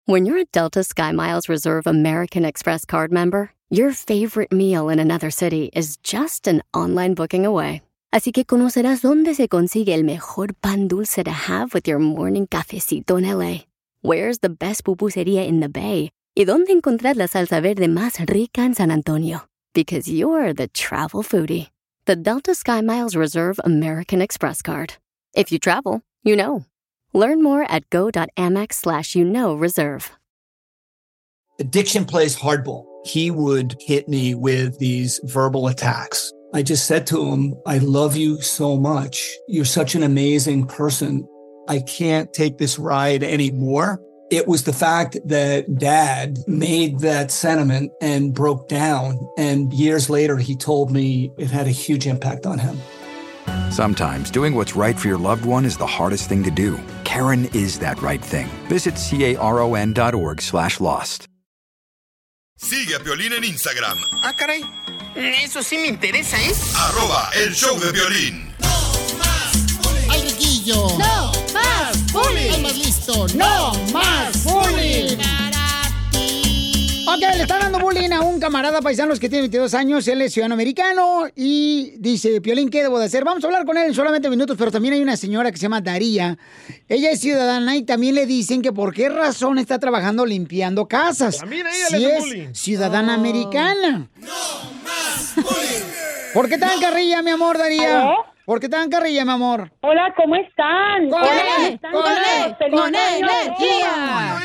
When you're a Delta SkyMiles Reserve American Express card member, your favorite meal in another city is just an online booking away. Así que conocerás dónde se consigue el mejor pan dulce to have with your morning cafecito en LA. Where's the best pupusería in the Bay? Y dónde encontrar la salsa verde más rica en San Antonio. Because you're the travel foodie. The Delta SkyMiles Reserve American Express card. If you travel, you know. Learn more at go.amex/reserve. Addiction plays hardball. He would hit me with these verbal attacks. I just said to him, I love you so much. You're such an amazing person. I can't take this ride anymore. It was the fact that Dad made that sentiment and broke down. And years later, he told me it had a huge impact on him. Sometimes doing what's right for your loved one is the hardest thing to do. Karen is that right thing. Visit caron.org/lost. Sigue a Piolín en Instagram. Ah, caray. Eso sí me interesa, ¿eh? @el show de Piolín. ¡Al riquillo! ¡No más bullying! ¡Al más listo! ¡No más bullying! Ok, le están dando bullying a un camarada paisanos que tiene 22 años. Él es ciudadano americano y dice, Piolín, ¿qué debo de hacer? Vamos a hablar con él en solamente minutos, pero también hay una señora que se llama Daría. Ella es ciudadana y también le dicen que por qué razón está trabajando limpiando casas. También a ella si le es bullying. ciudadana americana. ¡No más bullying! ¿Por qué tan carrilla, mi amor, Daría? ¿Aló? ¿Por qué tan carrilla, mi amor? Hola, ¿cómo están? ¡Con él! ¡Con energía!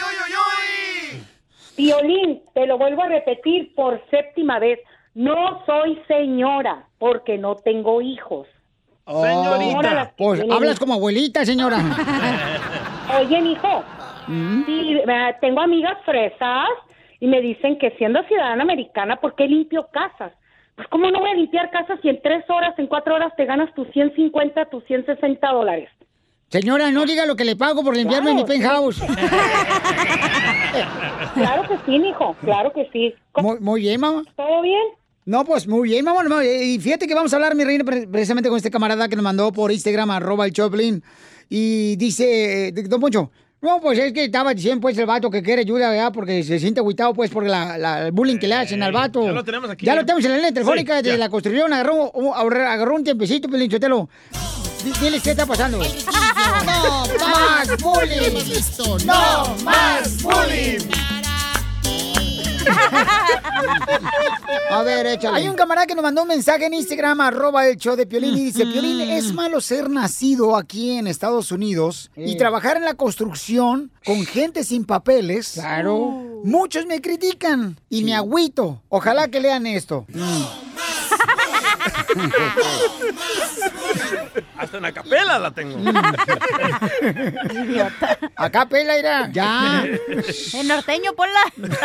Piolín, te lo vuelvo a repetir por séptima vez. No soy señora porque no tengo hijos. Señorita. Pues hablas como abuelita, señora. Oye, mijo, sí, tengo amigas fresas y me dicen que siendo ciudadana americana, ¿por qué limpio casas? Pues ¿cómo no voy a limpiar casas si en 3 horas, en 4 horas te ganas tus $150, tus $160? Señora, no diga lo que le pago por limpiarme mi penthouse. Claro que sí, mijo, claro que sí. Muy bien, mamá. ¿Todo bien? No, pues muy bien, mamá. Y fíjate que vamos a hablar, mi reina, precisamente con este camarada que nos mandó por Instagram, @el Choplin. Y dice, don Poncho, no, pues es que estaba diciendo, pues, el vato que quiere ayuda, ¿verdad? Porque se siente agüitado, pues, por el bullying que le hacen al vato. Ya lo tenemos aquí. Ya lo tenemos en la línea telefónica Sí, de la construcción. Agarró un tiempecito, Pelín Sotelo. Diles qué está pasando. ¡No más bullying! ¡No más bullying! A ver, échale. Hay un camarada que nos mandó un mensaje en Instagram, @el show de Piolín, y dice, Piolín, ¿es malo ser nacido aquí en Estados Unidos y trabajar en la construcción con gente sin papeles? Claro. Muchos me critican y me agüito. Ojalá que lean esto. Hasta en acapela la tengo. Acapela irá. Ya. En norteño, ponla.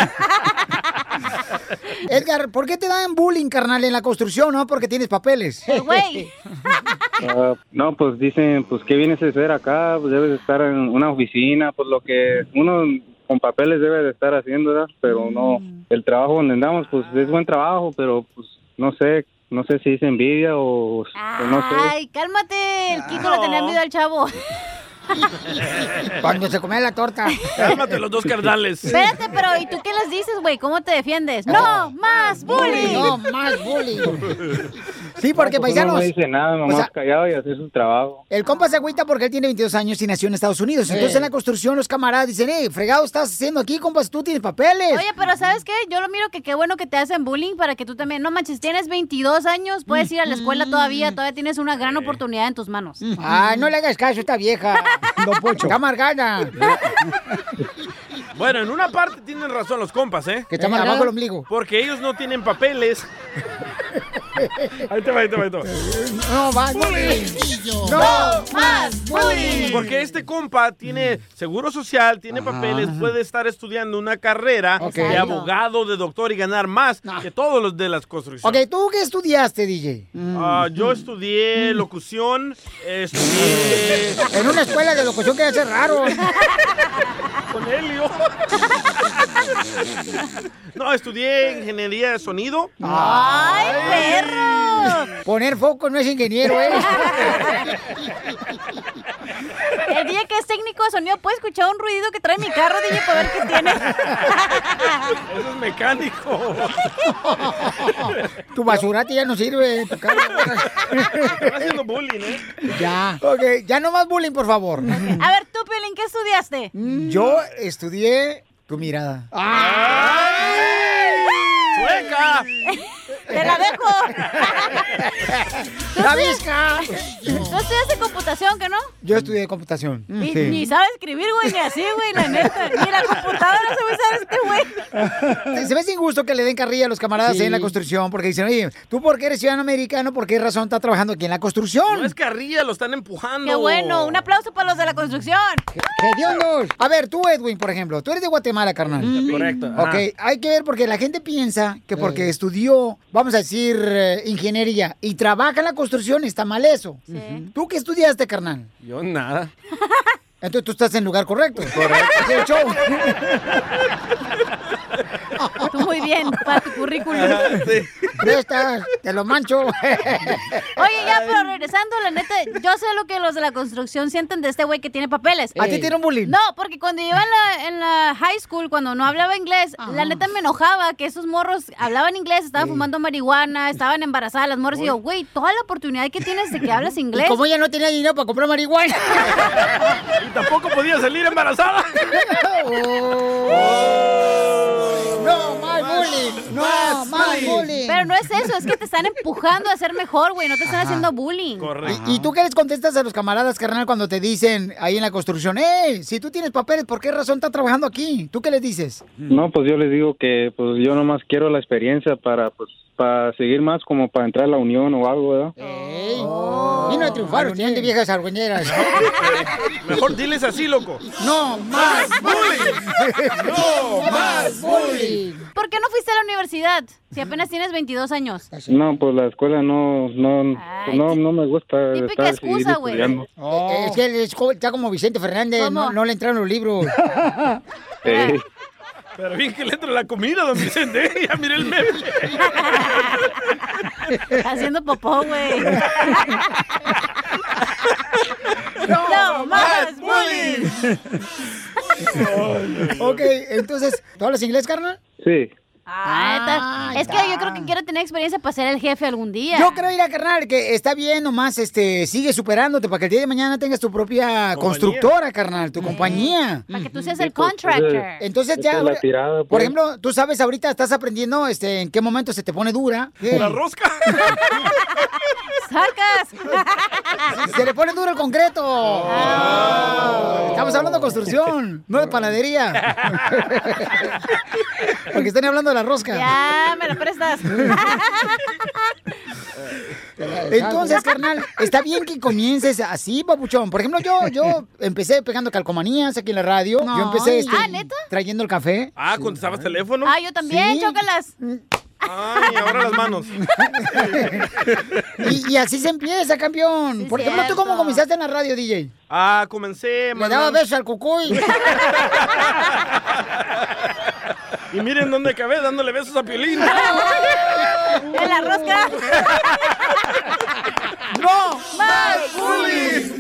Edgar, ¿por qué te dan bullying, carnal, en la construcción, no? Porque tienes papeles. Güey. No, pues dicen, pues, ¿qué vienes a hacer acá? Pues debes de estar en una oficina, pues lo que uno con papeles debe de estar haciendo, ¿verdad? Pero no, el trabajo donde andamos, pues es buen trabajo, pero pues no sé si es envidia o no sé. Ay, cálmate. El Kiko le tenía miedo al chavo. Cuando se comía la torta. Cálmate los dos carnales. Espérate, pero ¿y tú qué les dices, güey? ¿Cómo te defiendes? ¡No más bullying! No más bullying. Sí, porque pues paisanos. No dice nada, nomás o sea, callado y hacer su trabajo. El compa se agüita porque él tiene 22 años y nació en Estados Unidos. Entonces en la construcción los camaradas dicen, fregado estás haciendo aquí, compas, tú tienes papeles. Oye, pero ¿sabes qué? Yo lo miro que qué bueno que te hacen bullying para que tú también, no manches, tienes 22 años, puedes ir a la escuela todavía tienes una gran oportunidad en tus manos. Ay, no le hagas caso a esta vieja, don Poncho. Está amargada. Bueno, en una parte tienen razón los compas, ¿eh? Que está más abajo el ombligo. Porque ellos no tienen papeles. Ahí te va. No más bullying. No más bullying. Porque este compa tiene seguro social, tiene papeles, puede estar estudiando una carrera de abogado, de doctor y ganar más que todos los de las construcciones. Ok, ¿tú qué estudiaste, DJ? Yo estudié locución, estudié... En una escuela de locución que hace raro. Con Helio. No, estudié ingeniería de sonido. ¡Ay, perro! Poner foco no es ingeniero, ¿eh? el DJ que es técnico de sonido puede escuchar un ruido que trae mi carro, DJ, para ver qué tiene. Eso es mecánico. Tu basurati ya no sirve, tu carro. Están haciendo bullying, ¿eh? Ya. Ok, ya no más bullying, por favor. A ver, tú, Piolín, ¿qué estudiaste? Yo estudié tu mirada. ¡Sueca! ¡Te la dejo! ¡La visca! ¿Tú estudiaste computación, que no? Yo estudié computación. Ni sabe escribir, güey, ni así, güey, la neta. Ni la computadora sabe usar este güey. Se me hace injusto que le den carrilla a los camaradas en la construcción porque dicen, oye, ¿tú por qué eres ciudadano americano? ¿Por qué razón estás trabajando aquí en la construcción? No es carrilla, lo están empujando. ¡Qué bueno! Un aplauso para los de la construcción. ¡Qué diondos! A ver, tú, Edwin, por ejemplo, tú eres de Guatemala, carnal. Correcto. Ok, hay que ver porque la gente piensa que porque estudió, vamos a decir, ingeniería y trabaja en la construcción, está mal eso. Sí. ¿Tú qué estudiaste, carnal? Yo nada. Entonces tú estás en el lugar correcto. Correcto. De hecho. Tú muy bien, para tu currículum. Sí. Prestas, te lo mancho. Oye, ya, pero regresando, la neta, yo sé lo que los de la construcción sienten de este güey que tiene papeles. ¿A ti tiene un bullying? No, porque cuando yo en la high school, cuando no hablaba inglés, la neta me enojaba que esos morros hablaban inglés, estaban fumando marihuana, estaban embarazadas las morras. Y yo, güey, toda la oportunidad que tienes de que hablas inglés. Y como ella no tenía dinero para comprar marihuana. Y tampoco podía salir embarazada. No más bullying. No más bullying. Pero no es eso, es que te están empujando a ser mejor, güey, no te están haciendo bullying. Correcto. ¿Y tú qué les contestas a los camaradas, carnal, cuando te dicen ahí en la construcción, si tú tienes papeles, ¿por qué razón estás trabajando aquí? ¿Tú qué les dices? No, pues yo les digo que pues yo nomás quiero la experiencia para seguir más, como para entrar a la unión o algo, ¿verdad? Vino a triunfar, unión de viejas argüeñeras. Mejor diles así, loco. No más bullying. No más bullying. ¿Por qué no fuiste a la universidad si apenas tienes 22 años? No, pues la escuela no me gusta. Típica estar excusa, güey. estudiando. Es que él está como Vicente Fernández, no le entraron los libros. Pero bien que le entra la comida, don Vicente. Ya mire el meme. Haciendo popó, güey. ¡No más bullying! Ok, entonces, ¿tú hablas inglés, carnal? Sí. Es que yo creo que quiero tener experiencia para ser el jefe algún día. Yo creo, carnal, que está bien nomás, sigue superándote para que el día de mañana tengas tu propia constructora, carnal, tu compañía. Para que tú seas el contractor. Entonces ya, la tirada, pues. por ejemplo, tú sabes, ahorita estás aprendiendo en qué momento se te pone dura. La rosca. ¡Sacas! Se le pone duro el concreto. Estamos hablando de construcción, no de panadería. Porque están hablando de la rosca. Ya, me la prestas. Entonces, carnal, está bien que comiences así, papuchón. Por ejemplo, yo empecé pegando calcomanías aquí en la radio. Yo empecé ¿neta? trayendo el café. ¿Contestabas teléfono? Yo también, Sí. chócalas. Ay, ahora las manos. Y así se empieza, campeón. Sí, Por ejemplo, ¿tú cómo comenzaste en la radio, DJ? Comencé... Le daba besos al cucuy. Y miren dónde acabé, dándole besos a Piolín. ¡En la rosca! ¡No más bullying!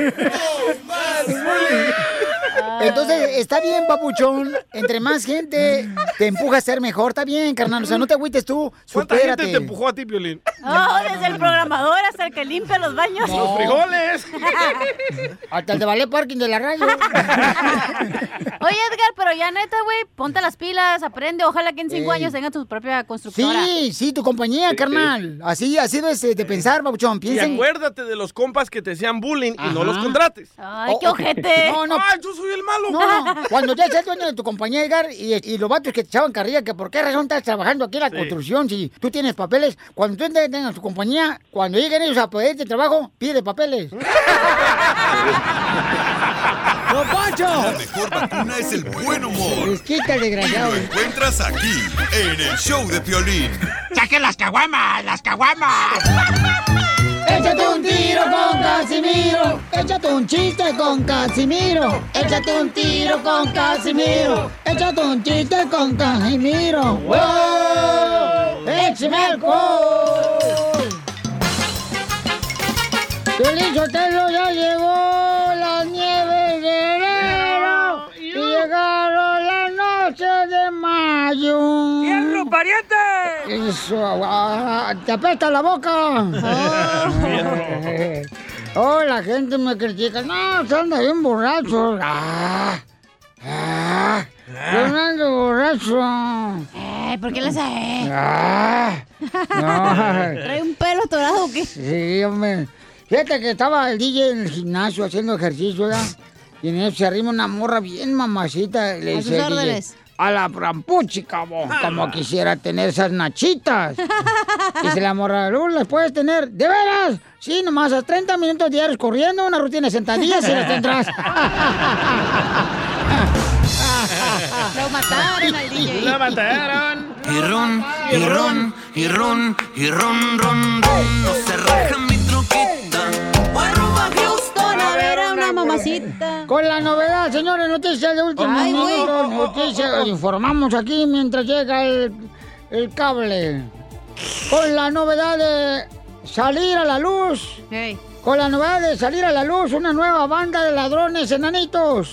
Entonces, está bien, papuchón. Entre más gente te empuja a ser mejor, está bien, carnal. O sea, no te agüites tú, ¿Cuánta supérate. gente te empujó a ti, Piolín? Desde el programador hasta el que limpia los baños. ¡Los frijoles! Hasta el de ballet parking de la radio. Oye, Edgar, pero ya neta, güey, ponte las pilas, aprende. Ojalá que en 5 años tengas tu propia constructora. Sí, tu compañía, carnal. Así debes de pensar, papuchón. Y acuérdate de los compas que te hacían bullying y no los contrates. Ay, qué ojete. No. ¡Ay, yo soy el malo! No, cuando ya seas dueño de tu compañía, Edgar, y los vatos que te echaban carrilla, que por qué razón estás trabajando aquí en la construcción, si tú tienes papeles, cuando tú tengas tu compañía, cuando lleguen ellos a pedirte trabajo, pide papeles. ¡No, Poncho! La mejor vacuna es el buen humor. Les quita el desgraciado. Lo encuentras aquí, en el show de Piolín. ¡Saquen las caguamas! ¡Las caguamas! Échate un tiro con Casimiro. Échate un chiste con Casimiro. Échate un tiro con Casimiro. Échate un chiste con Casimiro. ¡Wow! ¡Échame alcohol! Piolín Sotelo, ya llegó la nieve. mayo. ¡Fierro, pariente! Eso, te apesta la boca. Oh, la gente me critica. No, se anda bien borracho. Yo no ando borracho. ¿Por qué le hace? No. ¿Trae un pelo atorado o qué? Sí, hombre. Fíjate que estaba el DJ en el gimnasio haciendo ejercicio, ¿verdad? Y en eso se arrima una morra bien mamacita. Le A sus dice el órdenes. DJ, a la prampuchica, como quisiera tener esas nachitas. Dice la morra, ¿las puedes tener? ¿De veras? Sí, nomás a 30 minutos diarios corriendo, una rutina de sentadillas y las tendrás. Lo mataron al DJ. ¡La mataron! Y ron, y ron, y ron, y ron, ron, ron. No se raja mi troquita. Voy rumbo a Houston a ver a una mamacita. Con la novedad, señores, noticias de último Ay, güey. minuto. Noticias, informamos aquí mientras llega el cable. Con la novedad de salir a la luz. Hey. Con la novedad de salir a la luz, una nueva banda de ladrones enanitos.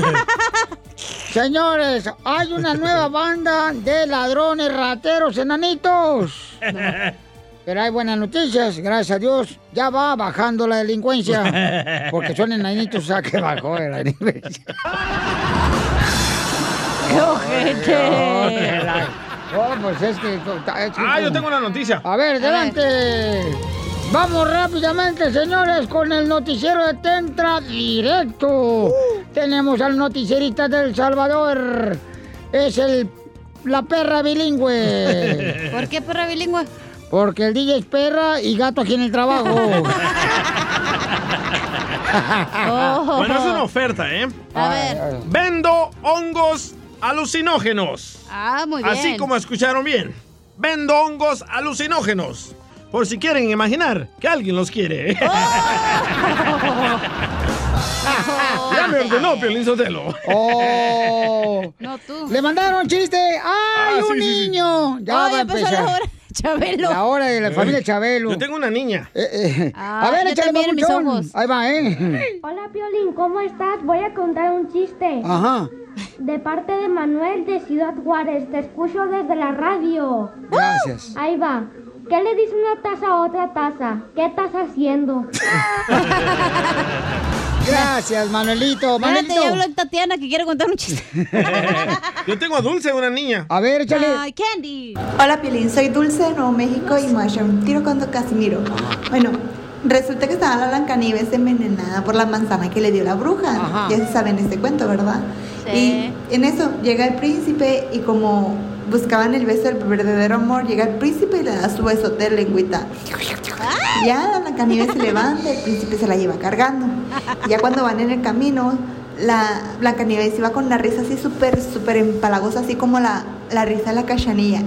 Señores, hay una nueva banda de ladrones rateros enanitos. Pero hay buenas noticias, gracias a Dios. Ya va bajando la delincuencia. Porque son enanitos, o sea que bajó la delincuencia. ¡Qué ojete! Oh, pues es que... yo tengo una noticia. A ver, adelante. Vamos rápidamente, señores, con el noticiero de Tentra Directo. Tenemos al noticierista del Salvador. Es la perra bilingüe. ¿Por qué perra bilingüe? Porque el DJ es perra y gato aquí en el trabajo. Bueno, es una oferta, ¿eh? A ver. Vendo hongos alucinógenos. Muy bien. Así como escucharon bien. Vendo hongos alucinógenos. Por si quieren imaginar que alguien los quiere. Ya me ordenó, Piolín Sotelo. No, tú. Le mandaron chiste. ¡Ay, un niño! Ya va a empezar la hora de Chabelo. La hora de la familia Chabelo. Yo tengo una niña. A ver, échale papuchón. Ahí va, Hola, Piolín, ¿cómo estás? Voy a contar un chiste. Ajá. De parte de Manuel de Ciudad Juárez. Te escucho desde la radio. Gracias. Ahí va. ¿Qué le dice una taza a otra taza? ¿Qué estás haciendo? Gracias, Manuelito. Espérate, ya habló Tatiana que quiere contar un chiste. Yo tengo a Dulce, una niña. A ver, échale. Ay, Candy. Hola, Piolín. Soy Dulce de Nuevo México y Mushroom. Tiro con Casimiro. Bueno, resulta que estaba la Blancanieves envenenada por la manzana que le dio la bruja. Ajá. Ya se saben este cuento, ¿verdad? Sí. Y en eso llega el príncipe y como buscaban el beso del verdadero amor, llega el príncipe y le da su besote de lengüita. Ya la Blancanieves se levanta, el príncipe se la lleva cargando. Ya cuando van en el camino, la Blancanieves iba con una risa así súper empalagosa, así como la risa de la Cachanilla.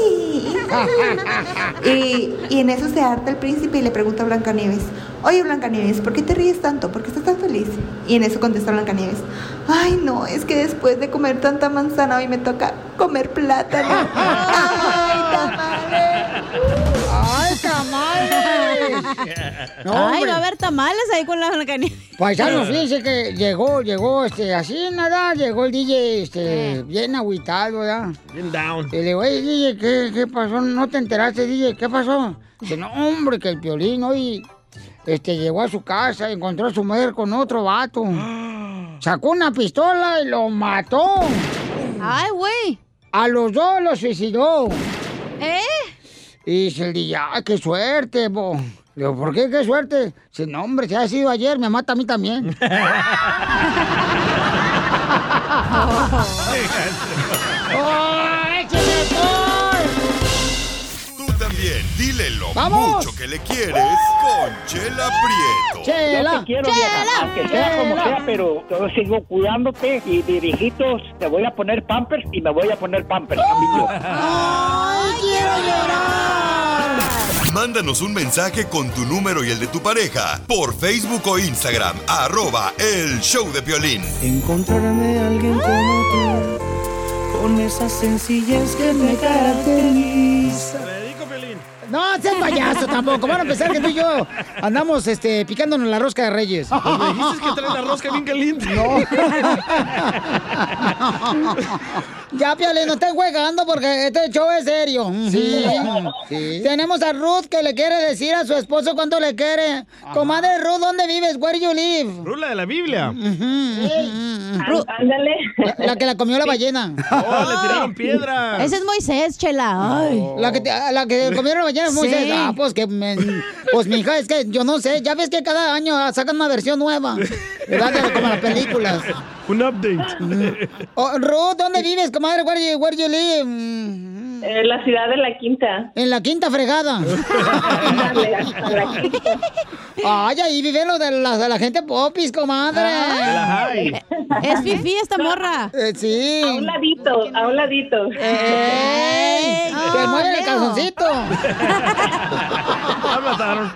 Y en eso se harta el príncipe y le pregunta a Blancanieves: oye, Blancanieves, ¿por qué te ríes tanto? ¿Por qué estás tan feliz? Y en eso contesta Blancanieves: ay, no, es que después de comer tanta manzana hoy me toca comer plátano. ¡Ay, tamales! ¡Ay, tamales! No, Ay, hombre. va a haber tamales ahí con la Blancanieves. Paisanos, fíjense que llegó, así nada, llegó el DJ, bien agüitado, ¿verdad? Bien down. Y le digo, oye, DJ, ¿qué pasó? ¿No te enteraste, DJ? ¿Qué pasó? Dice, no, hombre, que el Piolín hoy, llegó a su casa y encontró a su mujer con otro vato. Sacó una pistola y lo mató. Ay, güey. A los dos los suicidó. ¿Eh? Y dice el DJ, ¡ay, qué suerte, bo! Le digo, ¿por qué? ¿Qué suerte? Dice, no, hombre, si ha sido ayer, me mata a mí también. Tú también, dile lo ¡Vamos! mucho que le quieres con Chela Prieto. ¡Chela! Yo te quiero, vieja, aunque sea como sea, pero yo sigo cuidándote y de viejitos te voy a poner Pampers y me voy a poner Pampers también yo. ¡Ay, quiero llorar! Mándanos un mensaje con tu número y el de tu pareja por Facebook o Instagram, @El Show de Piolín. Encontrarme a alguien como tú, con esa sencillez que me caracteriza. No, seas payaso tampoco. Van a pensar que tú y yo andamos picándonos la rosca de Reyes. Pues me dijiste que traes la rosca bien caliente. No. Ya, Piolín, no estén jugando porque este show es serio. Sí. Tenemos a Ruth que le quiere decir a su esposo cuánto le quiere. Comadre Ruth, ¿dónde vives? Where you live? Ruth, la de la Biblia. Ándale. La que la comió la ballena. Oh, le tiraron piedras. Ese es Moisés, Chela. Ay. La que comieron la ballena es Moisés. Sí. Ah, pues pues mija, es que yo no sé. Ya ves que cada año sacan una versión nueva. ¿Verdad? Como las películas. Un update. Ruth, ¿dónde vives, comadre? Where you live? En la ciudad de La Quinta. En la quinta fregada. Ándale, hasta La Quinta. Ay, ahí viven los de la gente popis, comadre. Es fifí esta morra. Sí. A un ladito. Te mueven el calzoncito. La mataron.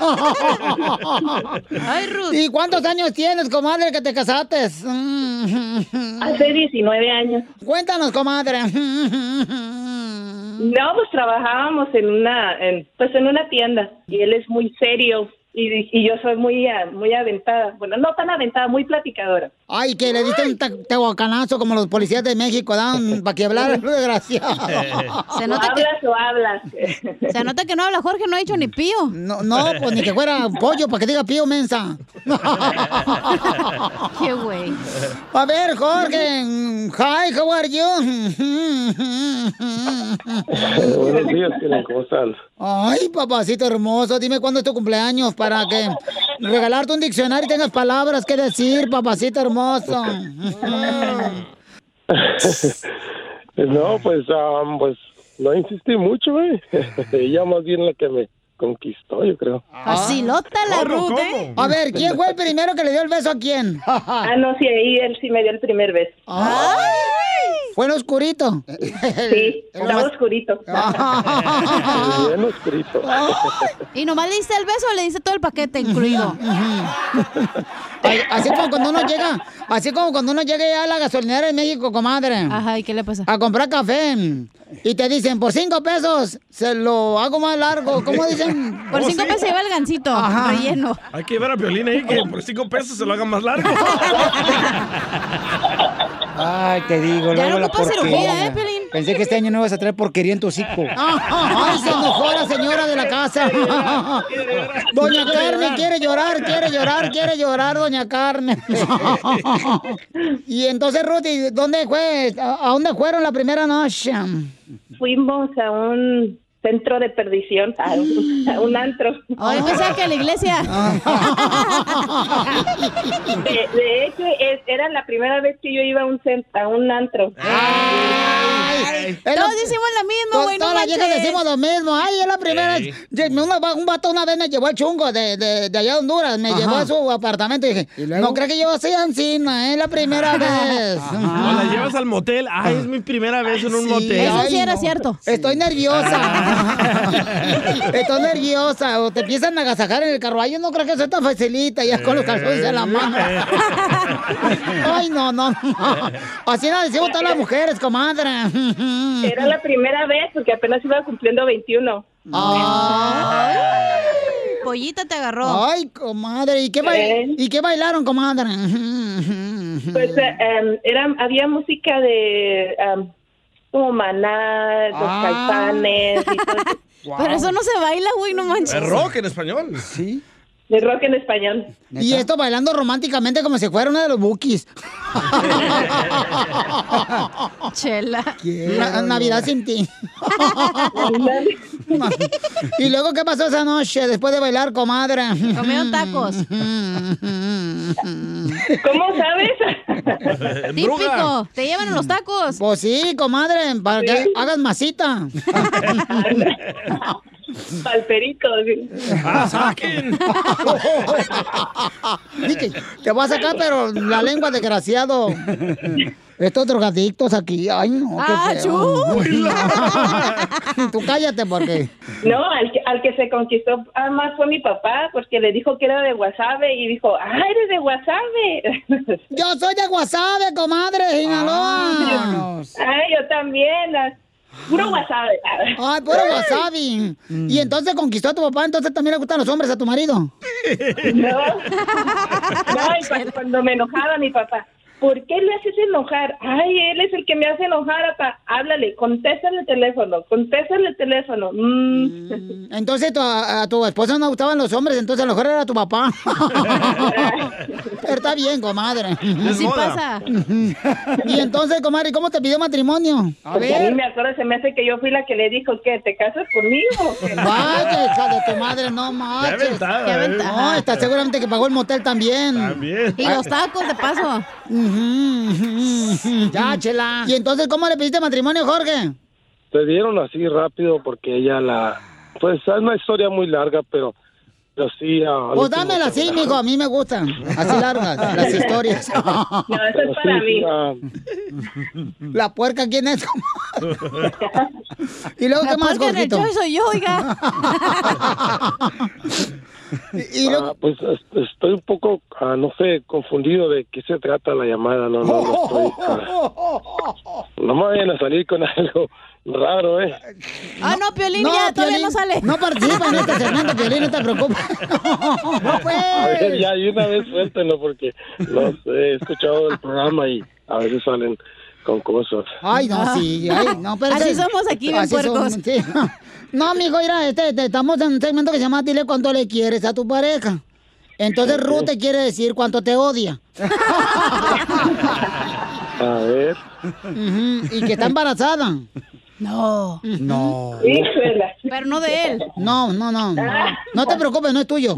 Ay, Ruth. ¿Y cuántos años tienes, comadre, que te casaste? Hace 19 años. Cuéntanos, comadre. No, pues trabajábamos en una tienda y él es muy serio y yo soy muy aventada. Bueno, no tan aventada, muy platicadora. Ay, que le diste un tehuacanazo como los policías de México, dan para que hablara, desgraciado. Se nota ¿O hablas? Se nota que no habla Jorge, no ha dicho ni pío. No, pues ni que fuera pollo para que diga pío, mensa. Qué güey. A ver, Jorge. Hi, how are you? Buenos días, ¿cómo están? Ay, papacito hermoso, dime cuándo es tu cumpleaños para que regalarte un diccionario y tengas palabras que decir, papacito hermoso. No, pues no insistí mucho, ella más bien la que me conquistó, yo creo. Facilota la Ruth, ¿eh? A ver, ¿quién fue el primero que le dio el beso a quién? No, sí, ahí él sí me dio el primer beso. Ay. ¿Fue en oscurito? Sí, estaba oscurito. Bien oscurito. ¿Y nomás le diste el beso o le diste todo el paquete incluido? Así como cuando uno llega ya a la gasolinera en México, comadre. Ajá, ¿y qué le pasa? A comprar café. Y te dicen, por 5 pesos se lo hago más largo. ¿Cómo dicen? Por 5 pesos lleva el gancito relleno. Hay que ver a Piolín ahí que por 5 pesos se lo haga más largo. Ay, te digo, ya luego no la ocupas porquería. cirugía, Piolín. Pensé que este año no ibas a traer porquería en tu hocico. Ay, se enojó la señora de la casa. Doña Carmen quiere llorar, doña Carmen. Y entonces, Ruth, ¿dónde fue? ¿A dónde fueron la primera noche? Fuimos a un centro de perdición, a un antro. Ay, pensaba que a la iglesia. De hecho, era la primera vez que yo iba a un antro. Todos decimos lo mismo, güey, no todas las manches. viejas decimos lo mismo. Ay, es la primera vez. Un vato una vez me llevó al chungo de allá de Honduras. Me llevó a su apartamento y dije, no creo que yo sea encina, es la primera vez. O la llevas al motel. Ay, es mi primera vez en un motel. Eso sí era cierto. Estoy nerviosa. Estoy nerviosa. O te empiezan a agasajar en el carro. Ay, yo no creo que sea tan facilita ya con los calzones en la mano. Ay, no. Así nos decimos todas las mujeres, comadre. Era la primera vez porque apenas iba cumpliendo 21. Ay, pollita te agarró. Ay, comadre. ¿Y qué bailaron, comadre? Pues había música de como Maná, Los Caifanes y todo eso. Wow. Pero eso no se baila, güey, no manches. Es rock en español. Sí. De rock en español. Y esto bailando románticamente como si fuera uno de los Bukis. Chela. Navidad sin ti. ¿Y luego qué pasó esa noche después de bailar, comadre? Comieron tacos. ¿Cómo sabes? Típico. ¿Te llevan a los tacos? Pues sí, comadre, para que hagas masita. Palperico. ¡Saquen! Te voy a sacar, pero la lengua, desgraciado. Estos drogadictos aquí, ay no, qué feo. Tú cállate porque... No, al que se conquistó más fue mi papá, porque le dijo que era de Guasave y dijo, eres de Guasave. Yo soy de Guasave, comadre, Sinaloa. Yo también. Puro wasabi. Ay, puro wasabi. Y entonces conquistó a tu papá, entonces también le gustan los hombres a tu marido. No, y cuando me enojaba mi papá, ¿por qué le haces enojar? Ay, él es el que me hace enojar, papá. Háblale, contéstale el teléfono. Entonces a tu esposa no gustaban los hombres, entonces a lo mejor era tu papá. Pero está bien, comadre. Así pasa. Y entonces, comadre, ¿cómo te pidió matrimonio? A mí me acuerdo, se me hace que yo fui la que le dijo que te casas conmigo. Vaya, hija de tu madre, no marches. Qué aventada, No, está seguramente que pagó el motel también. También. Y los tacos, de paso. Ya, chela. ¿Y entonces cómo le pediste matrimonio, Jorge? Te dieron así rápido porque ella pues es una historia muy larga, pero sí. Pues dámela así, mijo, a mí me gustan. Así largas, las historias. No, eso es para mí. La puerca, ¿quién es? ¿Y luego qué más, Jorgito? Soy yo, oiga. Y luego... pues estoy un poco, no sé, confundido de qué se trata la llamada. No estoy... no me vayan a salir con algo raro, No, Piolín, ya todavía no sale. No participa en este segmento, Piolín, no te preocupes. No, pues. A ver, ya, y una vez suéltenlo porque, no sé, he escuchado el programa y a veces salen con cosas. Ay, no, sí, no, pero... Así somos aquí, bien puercos. Sí. No, mijo, mira, estamos en un segmento que se llama Dile cuánto le quieres a tu pareja. Entonces Ruth te quiere decir cuánto te odia. A ver. Y que está embarazada. No. Pero no de él. No. No te preocupes, no es tuyo.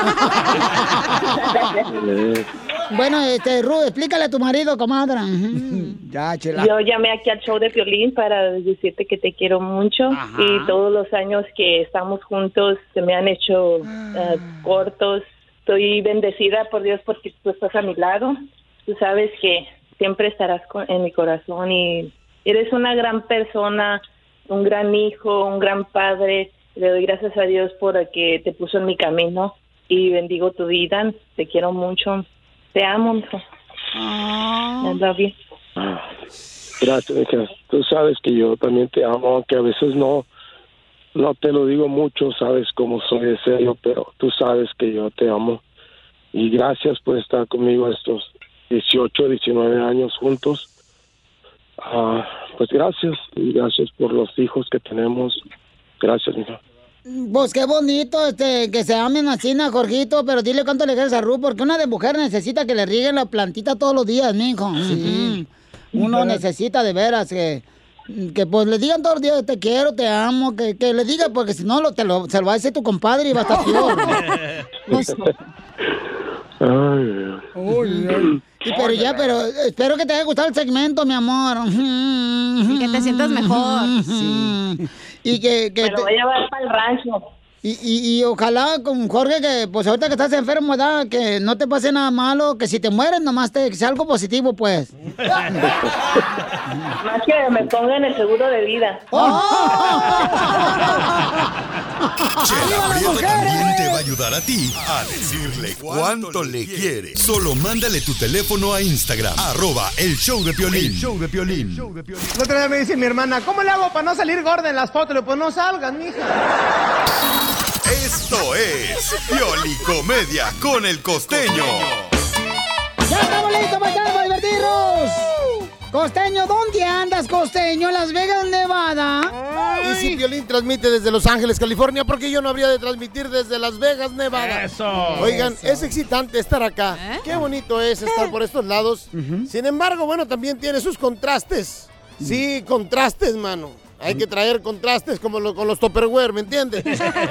Bueno, Ruth, explícale a tu marido, comadre. Ya, chela. Yo llamé aquí al show de Piolín para decirte que te quiero mucho. Y todos los años que estamos juntos se me han hecho cortos. Estoy bendecida por Dios porque tú estás a mi lado. Tú sabes que siempre estarás en mi corazón y eres una gran persona, un gran hijo, un gran padre. Le doy gracias a Dios por que te puso en mi camino y bendigo tu vida. Te quiero mucho. Te amo, hijo. I love you. Gracias, hija. Tú sabes que yo también te amo, aunque a veces no te lo digo mucho, sabes cómo soy de serio, pero tú sabes que yo te amo. Y gracias por estar conmigo estos 18, 19 años juntos. Pues gracias, y gracias por los hijos que tenemos. Gracias, hija. Pues qué bonito que se amen así, Jorgito, pero dile cuánto le quieres a Ruth, porque una de mujer necesita que le rieguen la plantita todos los días, mijo. Sí. Uno necesita de veras que pues le digan todos los días te quiero, te amo, que le diga, porque si no se lo va a decir tu compadre y va a estar peor. Pero espero que te haya gustado el segmento, mi amor. Y que te sientas mejor. Sí. Y que me lo voy a llevar para el rancho. Y ojalá con Jorge, que pues ahorita que estás enfermo, ¿verdad? Que no te pase nada malo, que si te mueres nomás que sea algo positivo, pues. Más que me pongan el seguro de vida. Chela Prieto también te va a ayudar a ti a decirle cuánto le quiere. Solo mándale tu teléfono a Instagram, @el show de Piolín. La otra vez me dice mi hermana, ¿cómo le hago para no salir gorda en las fotos? Le digo, pues no salgas, mija. Esto es Piolicomedia con el Costeño. ¡Ya estamos listos para divertirnos! Costeño, ¿dónde andas, Costeño? ¿En Las Vegas, Nevada? Y si Piolín transmite desde Los Ángeles, California, ¿por qué yo no habría de transmitir desde Las Vegas, Nevada? ¡Eso! Oigan, es excitante estar acá. Qué bonito es estar por estos lados. Sin embargo, bueno, también tiene sus contrastes. Sí, contrastes, mano. Hay que traer contrastes como con los Tupperware, ¿me entiendes?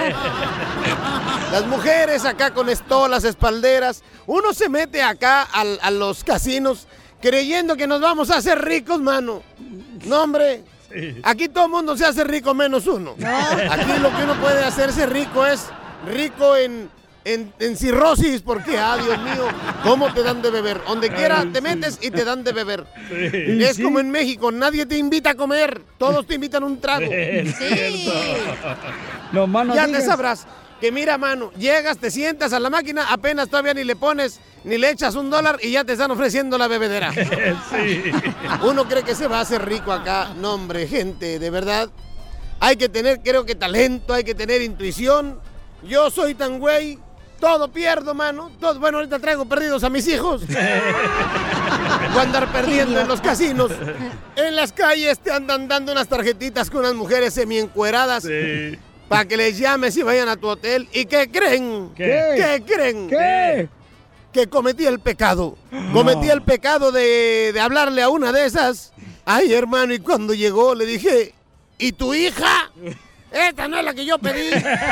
Las mujeres acá con estolas, espalderas. Uno se mete acá a los casinos creyendo que nos vamos a hacer ricos, mano. No, hombre. Sí. Aquí todo el mundo se hace rico menos uno. Aquí lo que uno puede hacerse rico es rico en cirrosis, porque, Dios mío, ¿cómo te dan de beber? Donde quiera te metes y te dan de beber. Sí. Es como en México, nadie te invita a comer, todos te invitan un trago. No, mano, ya te sabrás. que mira, mano, llegas, te sientas a la máquina, apenas todavía ni le pones, ni le echas $1 y ya te están ofreciendo la bebedera. Sí. Uno cree que se va a hacer rico acá. No, hombre, gente, de verdad. Hay que tener, creo que talento, hay que tener intuición. Yo soy tan güey, todo pierdo, mano. Todo, bueno, ahorita traigo perdidos a mis hijos. Voy a andar perdiendo en los casinos. En las calles te andan dando unas tarjetitas con unas mujeres semi-encueradas. Sí. Para que les llames y vayan a tu hotel. ¿Y qué creen? ¿Qué? ¿Qué creen? ¿Qué? Que cometí el pecado. Cometí el pecado de hablarle a una de esas. Ay, hermano, y cuando llegó le dije, ¿y tu hija? Esta no es la que yo pedí.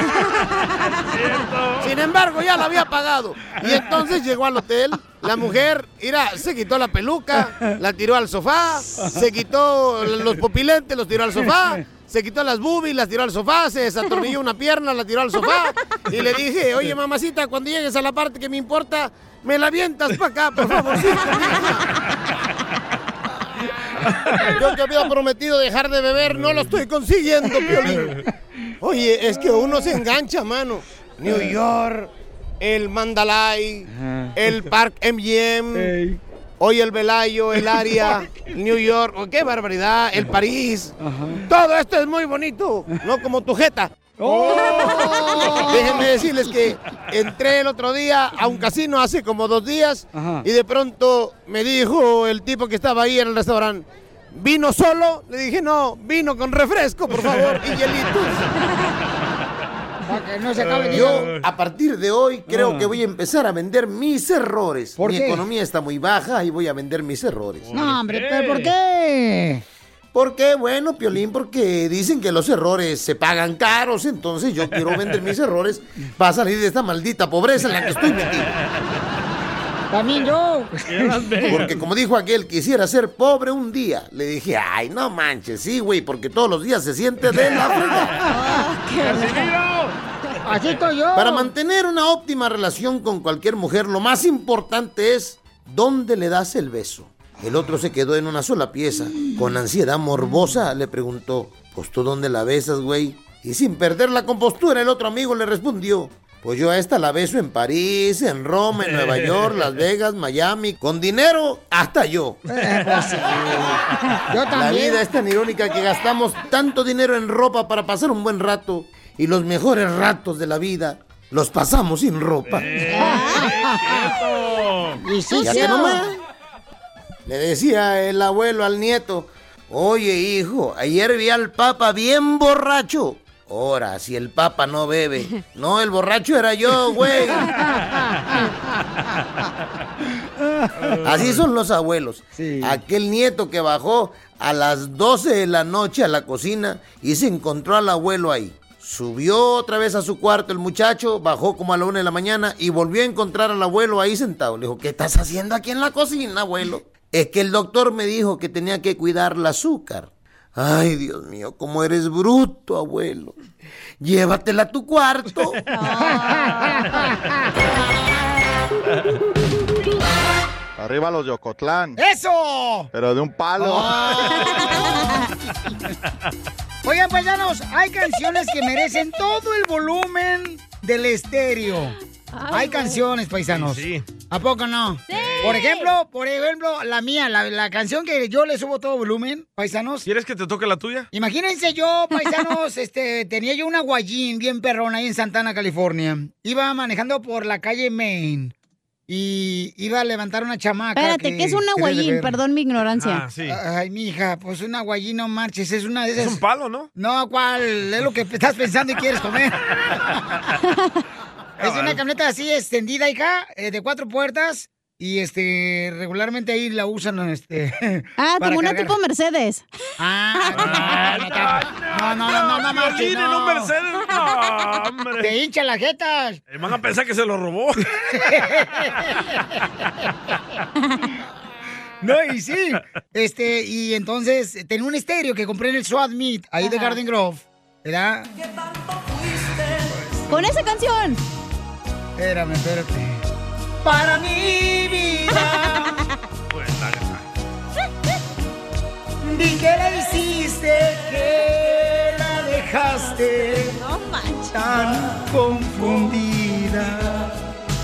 Sin embargo, ya la había pagado. Y entonces llegó al hotel. La mujer, mira, se quitó la peluca, la tiró al sofá, se quitó los pupilentes, los tiró al sofá. Se quitó las boobies, las tiró al sofá, se desatornilló una pierna, la tiró al sofá. Y le dije, oye, mamacita, cuando llegues a la parte que me importa, me la avientas para acá, por favor. Yo te había prometido dejar de beber, no lo estoy consiguiendo, Piolín. Oye, es que uno se engancha, mano. New York, el Mandalay, el Park MGM... Hoy el Velayo, el área, New York, oh, qué barbaridad, el París. Todo esto es muy bonito, no como tu jeta. Déjenme decirles que entré el otro día a un casino hace como 2 días y de pronto me dijo el tipo que estaba ahí en el restaurante, ¿vino solo? Le dije, no, vino con refresco, por favor, y hielitos. No se acabe. Yo, a partir de hoy, creo que voy a empezar a vender mis errores. ¿Por Mi qué? economía está muy baja y voy a vender mis errores. No, hombre, ¿pero por qué? ¿Por qué? Bueno, Piolín, porque dicen que los errores se pagan caros, entonces yo quiero vender mis errores para salir de esta maldita pobreza en la que estoy metido. También yo. Porque como dijo aquel, quisiera ser pobre un día. Le dije, ay, no manches, sí, güey, porque todos los días se siente de la fregada. Así estoy yo. Para mantener una óptima relación con cualquier mujer, lo más importante es dónde le das el beso. El otro se quedó en una sola pieza. Con ansiedad morbosa le preguntó, pues tú dónde la besas, güey. Y sin perder la compostura, el otro amigo le respondió, pues yo a esta la beso en París, en Roma, en Nueva York, Las Vegas, Miami, con dinero hasta yo. Pues sí. Yo también. La vida es tan irónica que gastamos tanto dinero en ropa para pasar un buen rato y los mejores ratos de la vida los pasamos sin ropa. Y sí, ya sí, que no. nomás. Le decía el abuelo al nieto, oye hijo, ayer vi al Papa bien borracho. Ahora, si el Papa no bebe. No, el borracho era yo, güey. Así son los abuelos. Sí. Aquel nieto que bajó a las 12 de la noche a la cocina y se encontró al abuelo ahí. Subió otra vez a su cuarto el muchacho, bajó como a la 1 de la mañana y volvió a encontrar al abuelo ahí sentado. Le dijo, ¿qué estás haciendo aquí en la cocina, abuelo? Es que el doctor me dijo que tenía que cuidar el azúcar. Ay, Dios mío, cómo eres bruto, abuelo. Llévatela a tu cuarto. Arriba los de Ocotlán. ¡Eso! Pero de un palo. Oigan, paisanos, hay canciones que merecen todo el volumen del estéreo. Hay canciones, paisanos. Sí. ¿A poco no? Sí. Por ejemplo, la mía, la canción que yo le subo todo volumen, paisanos. ¿Quieres que te toque la tuya? Imagínense yo, paisanos, tenía yo una guayín bien perrona ahí en Santana, California. Iba manejando por la calle Main y iba a levantar una chamaca. Espérate, ¿qué es una guayín? Perdón mi ignorancia. Ah, sí. Ay, mija, pues una guayín, no marches, es una de esas. Es un palo, ¿no? No, ¿cuál? Es lo que estás pensando y quieres comer. Es una camioneta así extendida, hija, de 4 puertas. Y regularmente ahí la usan, como para una cargar. tipo Mercedes. No, Violín en un Mercedes. No, hombre. Te hincha las jetas. Van a pensar que se lo robó. No, y sí. Y entonces tenía un estéreo que compré en el Swap Meet, ahí de Garden Grove. ¿Verdad? Con esa canción. Espérate. Para mi vida. Di que la hiciste, que la dejaste. dejaste tan confundida.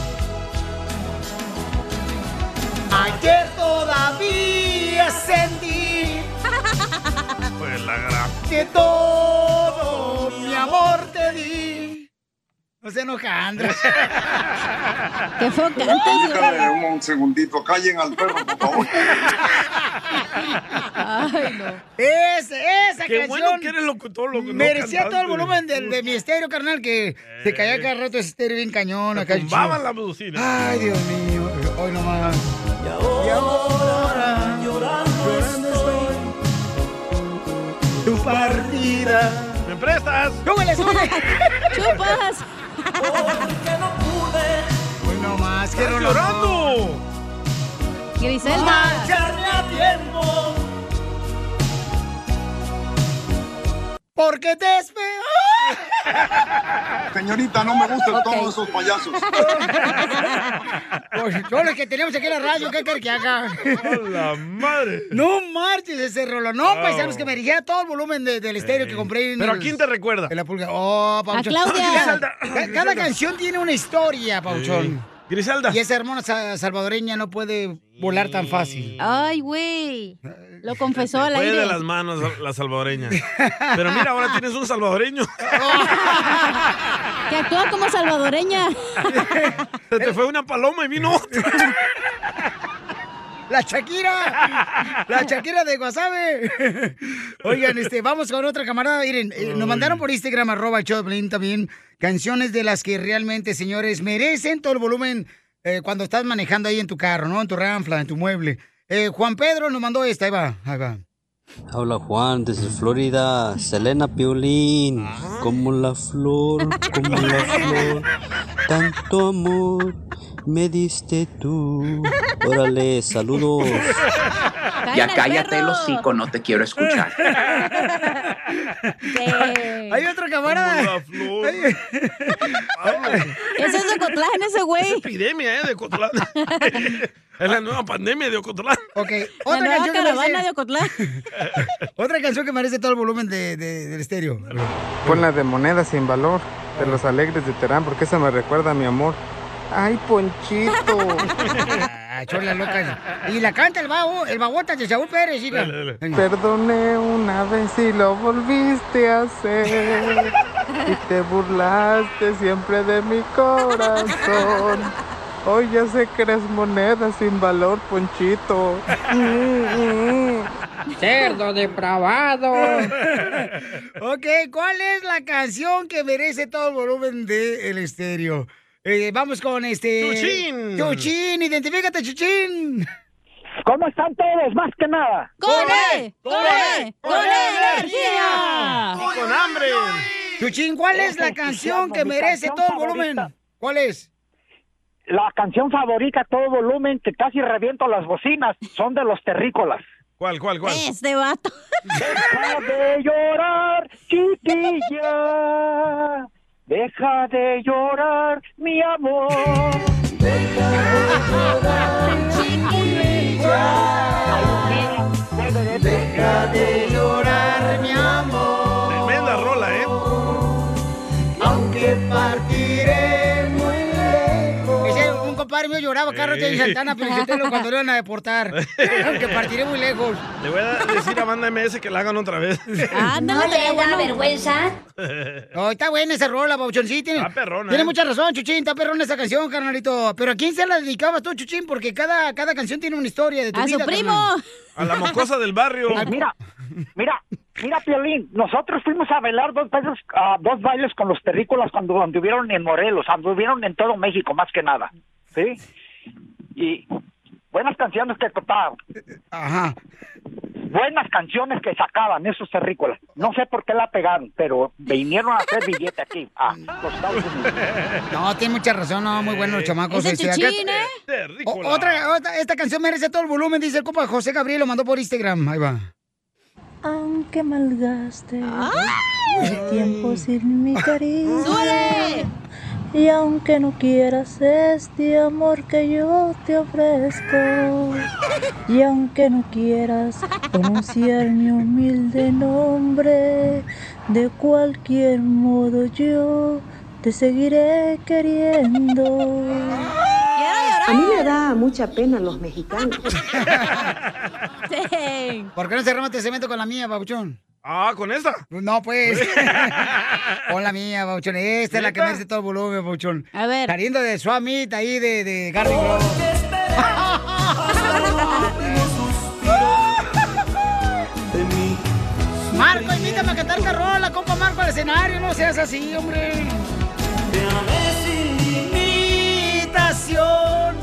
Ayer todavía sentí Pues la gran. que todo mi amor te di. No se enoja, Andrés. Qué feo cantas, Dígale un segundito, callen al perro, por favor. Ay, no. Esa Qué canción bueno que eres locutor, loco. merecía todo el volumen de mi estéreo, carnal, que se caía cada rato ese estéreo bien cañón. Acá Tumbaban la bocina. Ay, Dios mío. Hoy nomás. Y ahora llorando estoy. Tu partida. ¿Me prestas? ¡Súbele, súbele! ¡Chupas! Hoy nomás, qué ¡Estás rola. llorando! Griselda. Marcharme a tiempo. Porque te espero. Señorita, no me gustan todos esos payasos. Pues, son los que tenemos aquí en la radio, ¿qué quiere que haga? ¡A la madre! No marches ese rollo. No, paisanos, que me dirigía todo el volumen del estéreo que compré en ¿Pero a el- quién te recuerda? en la pulga. Oh, Pauchón. A Claudia. Cada canción tiene una historia, Pauchón. Griselda. Y esa hermana salvadoreña no puede volar tan fácil. Ay, güey. Lo confesó al Fue aire. de las manos la salvadoreña. Pero mira, ahora tienes un salvadoreño. Que actúa como salvadoreña. Se te fue una paloma y vino otra. ¡La Shakira! ¡La Shakira de Guasave! Oigan, vamos con otra camarada. Miren, nos mandaron por Instagram, @Choplin también, canciones de las que realmente, señores, merecen todo el volumen cuando estás manejando ahí en tu carro, ¿no? En tu ranfla, en tu mueble. Juan Pedro nos mandó esta, ahí va. Habla Juan desde Florida, Selena Piolín, como la flor, tanto amor me diste tú. Órale, saludos. Ya cállate el hocico, no te quiero escuchar. Hay otro camarada. Ese es de Ocotlán, ese güey. Es epidemia, de Ocotlán. Es la nueva pandemia de Ocotlán. Ok, La nueva caravana de Ocotlán. Otra canción que merece todo el volumen del estéreo. Pon la de Moneda sin valor, de Los Alegres de Terán, porque esa me recuerda a mi amor. ¡Ay, Ponchito! Chola loca. Y la canta el babota de Saúl Pérez. Hija. Perdoné una vez y lo volviste a hacer. Y te burlaste siempre de mi corazón. Hoy ya sé que eres moneda sin valor, Ponchito. Cerdo depravado. Ok, ¿cuál es la canción que merece todo el volumen del estéreo? Vamos con Chuchín. Chuchín, identifícate, Chuchín. ¿Cómo están todos? Más que nada. ¡Con energía! Y con hambre. Chuchín, ¿cuál es la canción que merece todo el volumen? ¿Cuál es? La canción favorita a todo volumen que casi reviento las bocinas son de Los Terrícolas. ¿Cuál? Este vato. Deja de llorar, chiquilla. Deja de llorar, mi amor. Deja de llorar, chiquilla. Deja de llorar, mi amor. Tremenda rola, ¿eh? Aunque partiré muy lejos. Ese, un compadre mío lloraba Carlos de Santana, pero cuando lo iban a deportar. Aunque partiré muy lejos. Le voy a decir a Banda MS que la hagan otra vez. ¿No le da vergüenza? No, está buena esa rola, Pauchón. Sí, tiene perrona, tiene mucha razón, Chuchín. Está perrona esa canción, carnalito. Pero ¿a quién se la dedicabas tú, Chuchín? Porque cada canción tiene una historia de tu vida. A su primo. carnal. A la mocosa del barrio. Mira, Piolín, nosotros fuimos a bailar dos bailes con Los Terrícolas cuando anduvieron en Morelos, anduvieron en todo México, más que nada, ¿sí? Y buenas canciones que tocaban. Ajá. Buenas canciones que sacaban esos Terrícolas. No sé por qué la pegaron, pero vinieron a hacer billete aquí, a los Estados Unidos. No, tiene mucha razón, no, muy bueno los chamacos. Ese acá- Chuchín, ¿eh? Esta canción merece todo el volumen, dice el compa José Gabriel, lo mandó por Instagram. Ahí va. Aunque malgaste el tiempo sin mi cariño. ¡Súbele! Y aunque no quieras este amor que yo te ofrezco, y aunque no quieras pronunciar mi humilde nombre, De cualquier modo yo te seguiré queriendo. A mí me da mucha pena los mexicanos. ¿Por qué no cerramos este cemento con la mía, Pabuchón? Ah, ¿con esta? No, pues. Con la mía, Pabuchón. Esta es la que merece todo el volumen, Pabuchón. A ver. Saliendo de Swamit, ahí de Garden Grove. Marco, invítame a cantar carrola, compa Marco, al escenario. No seas así, hombre. Invitación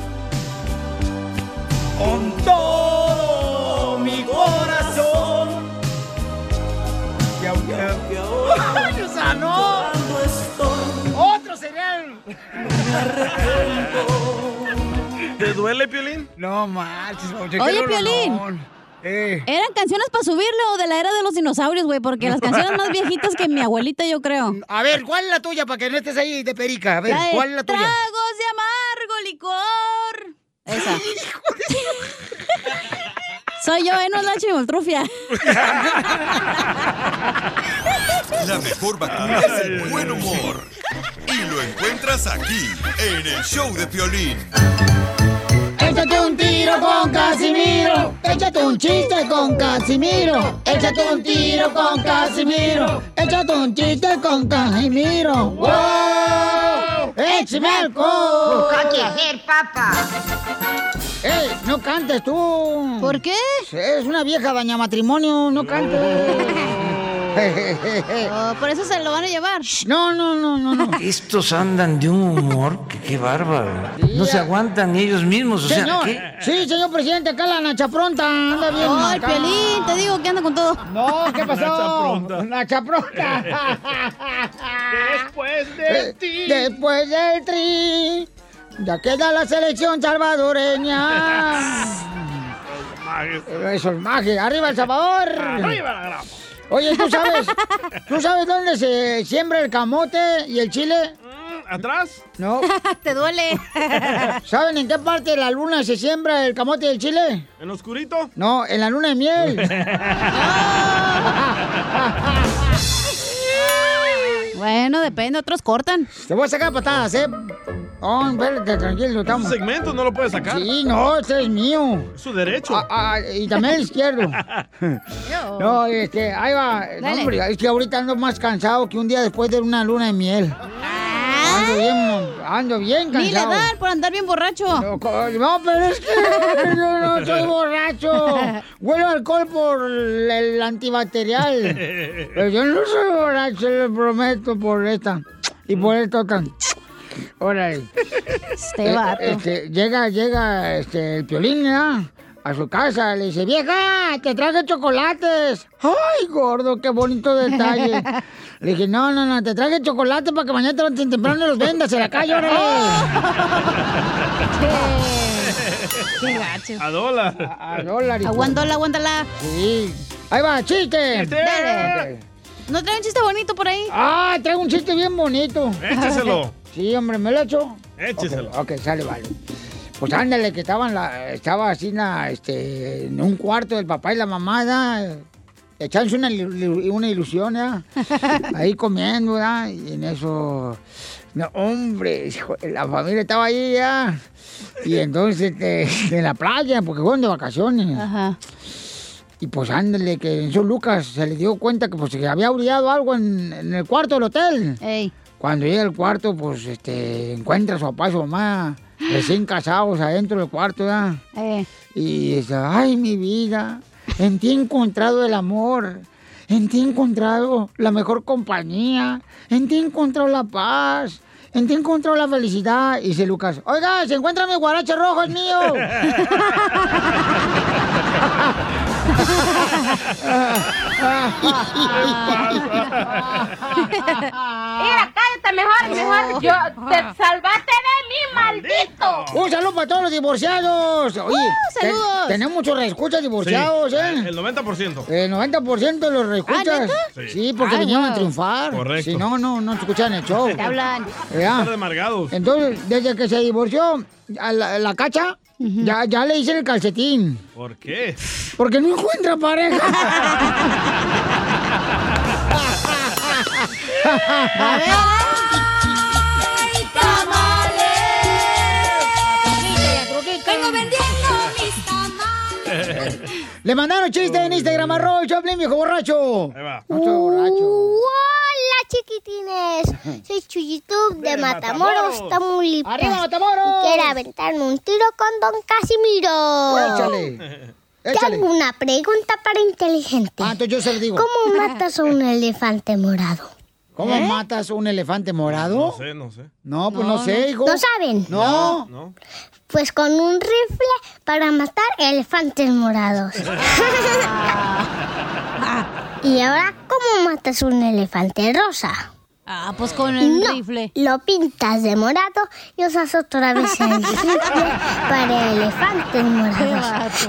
con todo mi corazón. Y aunque ¡ay, o sea, no! ¡Otro cereal! ¿Te duele, Piolín? No marches, Oye, Piolín. ¿Eran canciones para subirle o de la era de los dinosaurios, güey? Porque las canciones más viejitas que mi abuelita, yo creo. A ver, ¿cuál es la tuya para que no estés ahí de perica? A ver, ¿cuál es la tuya? Tragos de amargo licor. Esa. Soy yo, no es la chimoltrufia. La mejor vacuna es el buen humor. Y lo encuentras aquí, en el show de Piolín. Échate un tiro con Casimiro. Échate un chiste con Casimiro. Échate un tiro con Casimiro. Échate un chiste con Casimiro. ¡Wow! ¡Échame alcohol! Busca hacer, papá. ¡Ey, no cantes tú! ¿Por qué? Es una vieja daña matrimonio, no cantes. Oh, por eso se lo van a llevar. No. Estos andan de un humor que qué bárbaro. No se aguantan ni ellos mismos, o señor, sea, ¿qué? Sí, señor presidente, acá la Nacha Pronta anda bien. Ay, Piolín, te digo que anda con todo. No, ¿qué pasó? Nacha Pronta. Después del tri. Después del tri. Ya queda la selección salvadoreña. Eso es magia. ¡Arriba El Salvador! ¡Arriba la grama! Oye, ¿tú sabes dónde se siembra el camote y el chile? ¿Atrás? No. ¿Te duele? ¿Saben en qué parte de la luna se siembra el camote y el chile? ¿En lo oscurito? No, en la luna de miel. Bueno, depende, otros cortan. Te voy a sacar patadas, ¿eh? Oh, espérate, tranquilo, estamos. ¿Un segmento no lo puedes sacar? Sí, no, este es mío. Es su derecho. Y también el izquierdo. No, ahí va. No, hombre, es que ahorita ando más cansado que un día después de una luna de miel. Ando bien cansado. Ni le dan por andar bien borracho. No, pero es que yo no soy borracho. Huelo alcohol por el antibacterial. Pero yo no soy borracho, le prometo, por esta. Y por esto tan... Órale. Llega el Piolín, ¿no? A su casa, le dice, vieja, te traje chocolates. Ay, gordo, qué bonito detalle. Le dije, no, te traje chocolate para que mañana temprano los vendas en la calle, órale. Qué gacho. A dólar. A dólar. Aguántala. Sí. Ahí va, chiste. Dale. ¿No trae un chiste bonito por ahí? Ah, traigo un chiste bien bonito. Écheselo. Sí, hombre, ¿me lo echo? Écheselo. Ok, sale, vale. Pues ándale, que estaba así en un cuarto del papá y la mamá, echándose una ilusión, ¿ya? Ahí comiendo, ¿ya? Y en eso, no, hombre, hijo, la familia estaba ahí, ¿ya? Y entonces, en la playa, porque fueron de vacaciones. Ajá. Y pues ándale, que en eso Lucas se le dio cuenta que pues que había brillado algo en el cuarto del hotel. Ey. Cuando llega al cuarto, pues encuentra a su papá y su mamá recién casados adentro del cuarto, ¿verdad? Y dice, ay, mi vida, en ti he encontrado el amor, en ti he encontrado la mejor compañía, en ti he encontrado la paz, en ti he encontrado la felicidad. Y dice Lucas, oiga, se encuentra mi guarache rojo, es mío. Mira, cállate mejor. Yo te salvaste de mí, maldito. Un saludo para todos los divorciados. Oye, saludos. Tenemos muchos reescuchas divorciados, Sí, ¿eh? El 90%. El 90% de los reescuchas. Sí, porque vinieron a triunfar. Correcto. Si no, no escuchan el show. Te hablan. Ya. Estar de amargados. Entonces, desde que se divorció, a la Cacha, ya le hice el calcetín. ¿Por qué? Porque no encuentra pareja. A ver. Vengo vendiendo mis tamales. Le mandaron chiste en Instagram, @Choplin, viejo borracho. Ahí va. Hola, chiquitines. Soy Chuyitub de Matamoros, Tamaulipas. ¡Arriba, Matamoros! Y quiero aventarme un tiro con Don Casimiro. Échale. Échale. Tengo una pregunta para inteligente. Entonces yo se lo digo. ¿Cómo matas a un elefante morado? ¿Cómo matas a un elefante morado? No sé. No, pues no sé, hijo. ¿No saben? No. Pues con un rifle para matar elefantes morados. Y ahora, ¿cómo matas un elefante rosa? Pues con el rifle. Lo pintas de morado y usas otra vez el rifle para elefantes morados.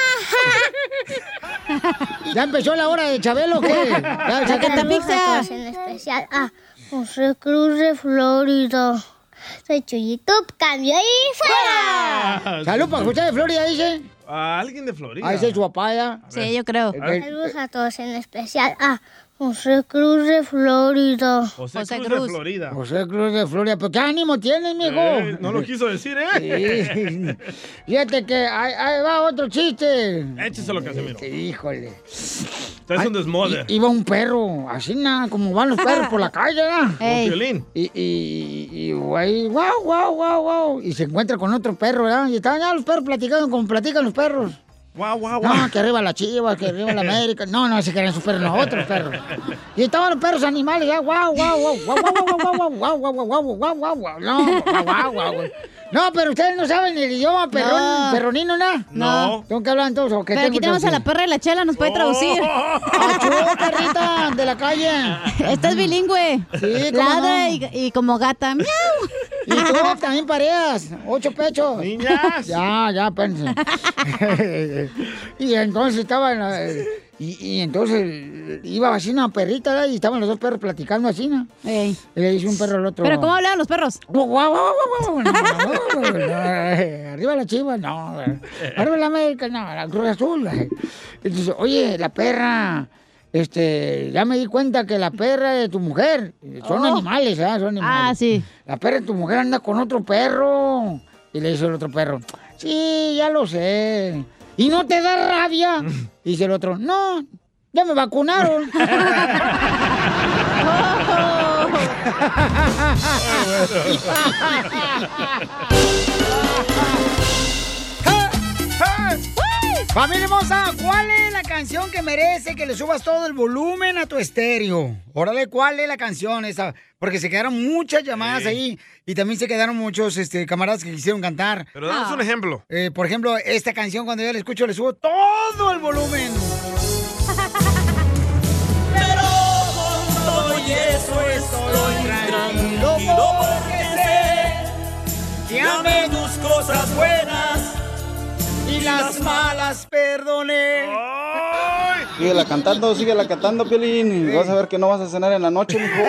¿Ya empezó la hora de Chabelo o qué? Pizza. En especial a José Cruz de Florida. Soy Chuyitub, cambio y fuera. Salud para José de Florida, dice. A alguien de Florida. Ahí es su papá ya. Sí, yo creo. Saludos a todos, en especial a José Cruz de Florida. José Cruz de Florida. José Cruz de Florida. ¿Pero qué ánimo tienes, mijo? No lo quiso decir, ¿eh? Sí. Fíjate que ahí va otro chiste. Écheselo, Casimiro. Híjole. Usted es un desmother. Iba un perro, así nada, como van los perros por la calle, ¿verdad? Con violín. Y güey, guau. Y se encuentra con otro perro, ¿verdad? Y estaban ya los perros platicando como platican los perros. Guau. No, que arriba la Chiva, que arriba la América. No, se querían sus perros, no, otros perros. Y estaban los perros animales, ya, guau. No, pero ustedes no saben el idioma perronino, ¿no? No. ¿Tengo que hablar entonces o qué? Pero aquí tenemos a la perra de la Chela, nos puede traducir. ¡Achú, perrita de la calle! Esta es bilingüe. Sí, ¿cómo ladra no? y como gata. ¡Miau! Y tú también pareas, 8 pechos. Niñas. Ya, pense. Y entonces estaba y entonces iba así una perrita, ¿verdad? Y estaban los dos perros platicando así, ¿no? Y le dice un perro al otro. ¿Pero cómo hablaban los perros? Arriba la Chiva, no. Arriba la América, no. La Cruz Azul. Entonces, oye, la perra... ya me di cuenta que la perra de tu mujer son animales, ¿verdad? Son animales. Sí. La perra de tu mujer anda con otro perro. Y le dice el otro perro, sí, ya lo sé. ¿Y no te da rabia? Y dice el otro, no, ya me vacunaron. Familia hermosa, ¿cuál es la canción que merece que le subas todo el volumen a tu estéreo? Órale, ¿cuál es la canción esa? Porque se quedaron muchas llamadas ahí y también se quedaron muchos camaradas que quisieron cantar. Pero danos un ejemplo. Por ejemplo, esta canción cuando yo la escucho le subo todo el volumen. Pero con todo y eso estoy tranquilo porque sé que amé tus cosas buenas y las malas perdoné. Síguela cantando, Piolín. Vas a ver que no vas a cenar en la noche, mijo.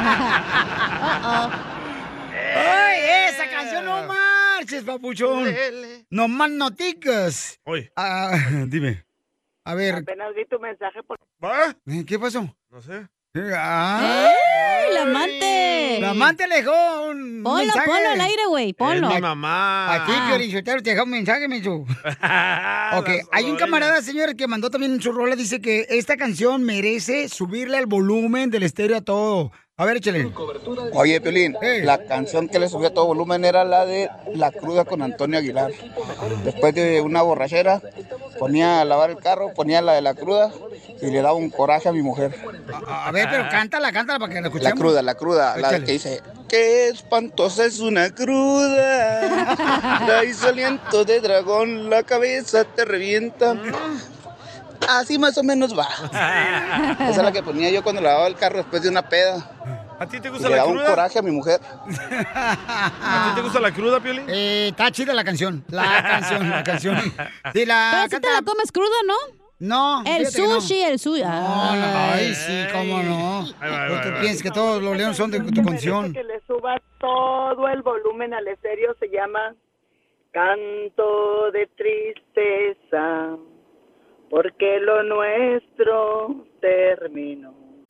¡Ay, esa canción no marches, papuchón! No más noticas. Dime. A ver. Apenas vi tu mensaje por... ¿Qué pasó? No sé. ¡Ey, la amante! La amante le dejó un mensaje. Ponlo al aire, güey, ponlo. Es mi mamá. A ti, Piolinsotero, te dejó un mensaje, Michu. Ok, hay un camarada, señor, que mandó también en su rola, dice que esta canción merece subirle al volumen del estéreo a todo. A ver, échale. Oye, Piolín, la canción que le subí a todo volumen era la de La Cruda con Antonio Aguilar. Después de una borrachera, ponía a lavar el carro, ponía la de La Cruda y le daba un coraje a mi mujer. A ver, pero cántala para que la escuchemos. La cruda, la que dice... ¡Qué espantosa es una cruda! Traes aliento de dragón, la cabeza te revienta. Así más o menos va. Esa es la que ponía yo cuando lavaba el carro después de una peda. ¿A ti te gusta le la da cruda? Un coraje a mi mujer. ¿A ti te gusta la cruda, Piolín? Está chida la canción. La canción. Sí, Pero si te la comes cruda, ¿no? No. El sushi, el sushi. Ay, sí, cómo no. ¿Tú piensas que todos los leones son de tu condición? Que le subas todo el volumen al estéreo se llama Canto de Tristeza, porque lo nuestro terminó.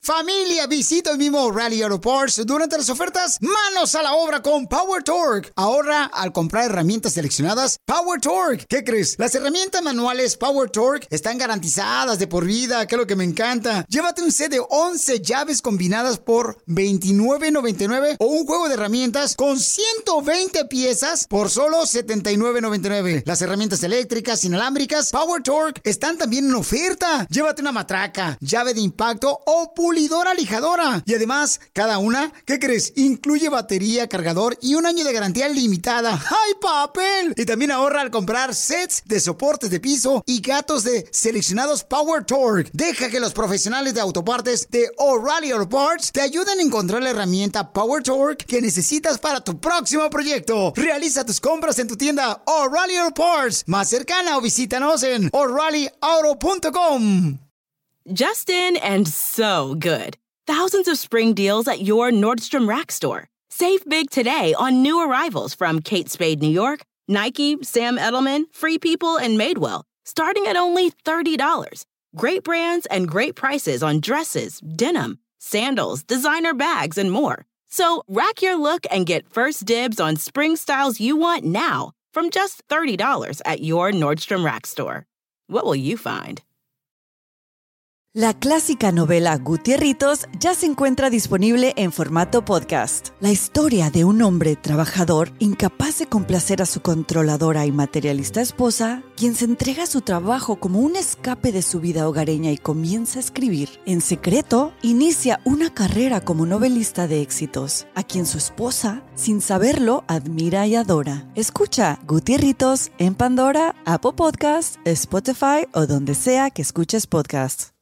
Familia, visita el mismo O'Reilly Auto Parts durante las ofertas. Manos a la obra con Power Torque. Ahorra al comprar herramientas seleccionadas Power Torque. ¿Qué crees? Las herramientas manuales Power Torque están garantizadas de por vida, que es lo que me encanta. Llévate un set de 11 llaves combinadas por $29.99 o un juego de herramientas con 120 piezas por solo $79.99. Las herramientas eléctricas inalámbricas Power Torque están también en oferta. Llévate una matraca, llave de impacto o pulidora lijadora. Y además, cada una, ¿qué crees? Incluye batería, cargador y un año de garantía limitada. ¡Ay, papel! Y también ahorra al comprar sets de soportes de piso y gatos de seleccionados Power Torque. Deja que los profesionales de autopartes de O'Reilly Auto Parts te ayuden a encontrar la herramienta Power Torque que necesitas para tu próximo proyecto. Realiza tus compras en tu tienda O'Reilly Auto Parts más cercana o visítanos en O'ReillyAuto.com. Just in and so good. Thousands of spring deals at your Nordstrom Rack store. Save big today on new arrivals from Kate Spade New York, Nike, Sam Edelman, Free People, and Madewell, starting at only $30. Great brands and great prices on dresses, denim, sandals, designer bags, and more. So rack your look and get first dibs on spring styles you want now from just $30 at your Nordstrom Rack store. What will you find? La clásica novela Gutierritos ya se encuentra disponible en formato podcast. La historia de un hombre trabajador incapaz de complacer a su controladora y materialista esposa, quien se entrega a su trabajo como un escape de su vida hogareña y comienza a escribir. En secreto, inicia una carrera como novelista de éxitos, a quien su esposa, sin saberlo, admira y adora. Escucha Gutierritos en Pandora, Apple Podcasts, Spotify o donde sea que escuches podcasts.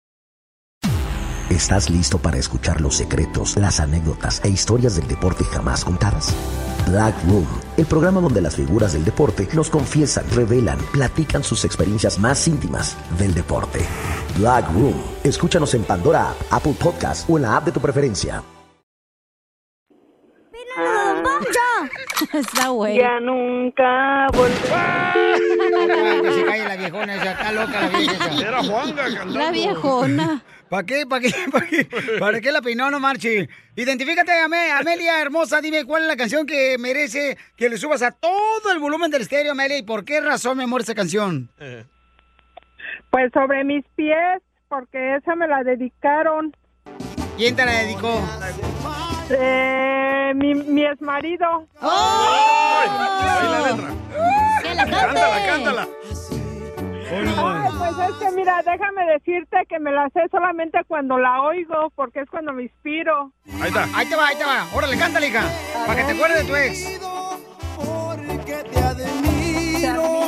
¿Estás listo para escuchar los secretos, las anécdotas e historias del deporte jamás contadas? Black Room, el programa donde las figuras del deporte nos confiesan, revelan, platican sus experiencias más íntimas del deporte. Black Room. Escúchanos en Pandora App, Apple Podcasts o en la app de tu preferencia. Está güey. Ya nunca volverá. Que se calle la viejona esa, está loca la vieja esa. Era Juanga cantando. La viejona. ¿Para qué? ¿Para qué la peinó? No marche. Identifícate, Amelia hermosa. Dime cuál es la canción que merece que le subas a todo el volumen del estéreo, Amelia. ¿Y por qué razón, mi amor, esa canción? Pues Sobre mis pies, porque esa me la dedicaron. ¿Quién te la dedicó? Mi exmarido. ¡Ay, la letra! ¡Que la cante! ¡Cántala! Ay, pues es que mira, déjame decirte que me la sé solamente cuando la oigo, porque es cuando me inspiro. Ahí está. Ahí te va. Órale, cántale, hija. Para que te acuerdes de tu ex. Porque te admiro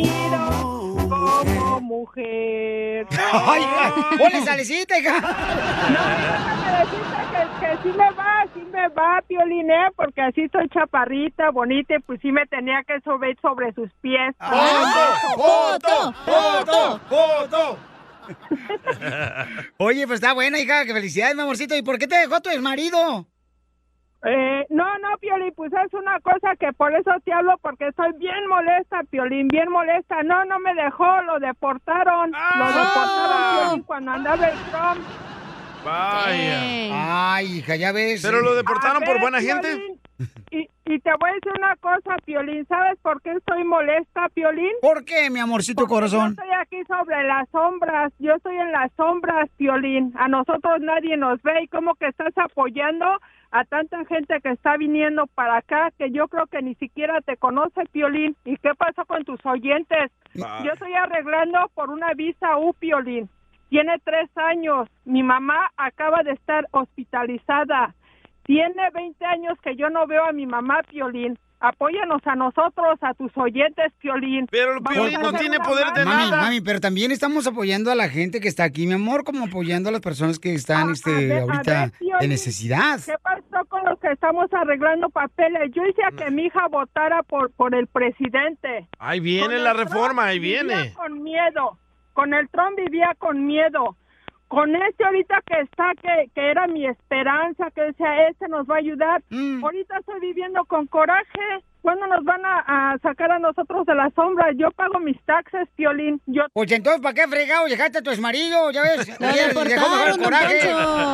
como mujer. Ay, ponle salecita, hija. No, déjame decirte que sí me va, Piolín, porque así estoy chaparrita, bonita, y pues sí me tenía que subir sobre sus pies. ¡Foto! Oye, pues está buena, hija, que felicidades, mi amorcito. ¿Y por qué te dejó tu exmarido? No, Piolín, pues es una cosa que por eso te hablo, porque estoy bien molesta, Piolín, bien molesta. No me dejó, lo deportaron. Lo deportaron, Piolín, cuando andaba el Trump. Vaya. Ay, hija, ya ves. ¿Pero lo deportaron por buena Piolín, gente? Y te voy a decir una cosa, Piolín. ¿Sabes por qué estoy molesta, Piolín? ¿Por qué, mi amorcito corazón? Yo estoy aquí sobre las sombras. Yo estoy en las sombras, Piolín. A nosotros nadie nos ve. Y como que estás apoyando a tanta gente que está viniendo para acá, que yo creo que ni siquiera te conoce, Piolín. ¿Y qué pasa con tus oyentes? Yo estoy arreglando por una visa U, Piolín. Tiene 3 años. Mi mamá acaba de estar hospitalizada. Tiene 20 años que yo no veo a mi mamá, Piolín. Apóyanos a nosotros, a tus oyentes, Piolín. Pero Piolín no tiene poder de nada. Mami, pero también estamos apoyando a la gente que está aquí, mi amor, como apoyando a las personas que están ahorita de necesidad. ¿Qué pasó con los que estamos arreglando papeles? Yo hice a que mi hija votara por el presidente. Ahí viene la reforma, ahí viene. Vivía con miedo. Con el Trump vivía con miedo. Con ahorita que está, que era mi esperanza, que decía, nos va a ayudar. Ahorita estoy viviendo con coraje. ¿Cuándo nos van a sacar a nosotros de la sombra? Yo pago mis taxes, Piolín. Pues entonces, ¿para qué fregado dejaste a tu exmarido? Ya ves, Lo deportaron, el coraje.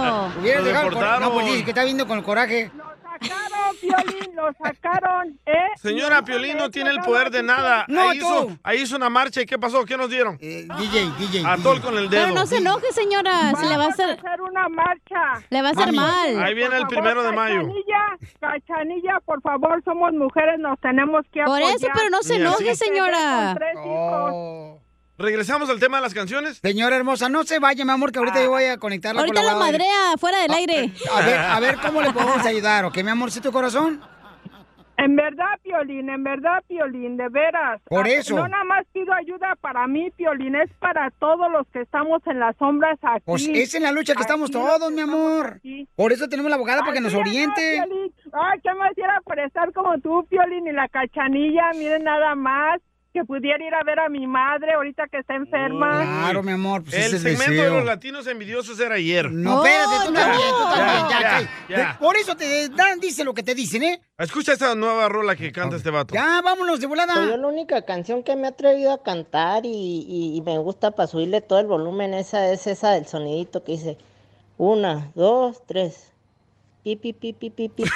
dejar el coraje. deportaron. No, pues dice que está viendo con el coraje. Sacaron, Piolín, lo sacaron, Señora, Piolín no tiene el poder de nada. No, ahí hizo una marcha y ¿qué pasó? ¿Qué nos dieron? DJ. Atol con el dedo. Pero no se enoje, señora. Se le va a hacer una marcha. Le va a hacer mal. Ahí viene el 1 de mayo. Cachanilla, por favor, somos mujeres, nos tenemos que Por apoyar. eso, pero no se enoje, señora. ¿Regresamos al tema de las canciones? Señora hermosa, no se vaya, mi amor, que ahorita yo voy a conectarla Ahorita con la la abogada. madrea, fuera del aire. A ver cómo le podemos ayudar, ¿ok, mi amorcito corazón? En verdad, Piolín, de veras. Por eso. No nada más pido ayuda para mí, Piolín, es para todos los que estamos en las sombras aquí. Pues es en la lucha que estamos todos, mi amor. Aquí. Por eso tenemos la abogada para que nos oriente. Ay, ¿qué me hiciera por estar como tú, Piolín, y la Cachanilla? Miren nada más. Que pudiera ir a ver a mi madre ahorita que está enferma. Claro, mi amor. Pues el segmento de los latinos envidiosos era ayer. No, espérate, tú también. Ya. Por eso te dice lo que te dicen, ¿eh? Escucha esta nueva rola que canta este vato. Ya, vámonos de volada. Pues yo la única canción que me he atrevido a cantar y me gusta para subirle todo el volumen, esa es esa del sonidito que dice 1, 2, 3. Pi, pi, pi, pi, pi, pi, pi.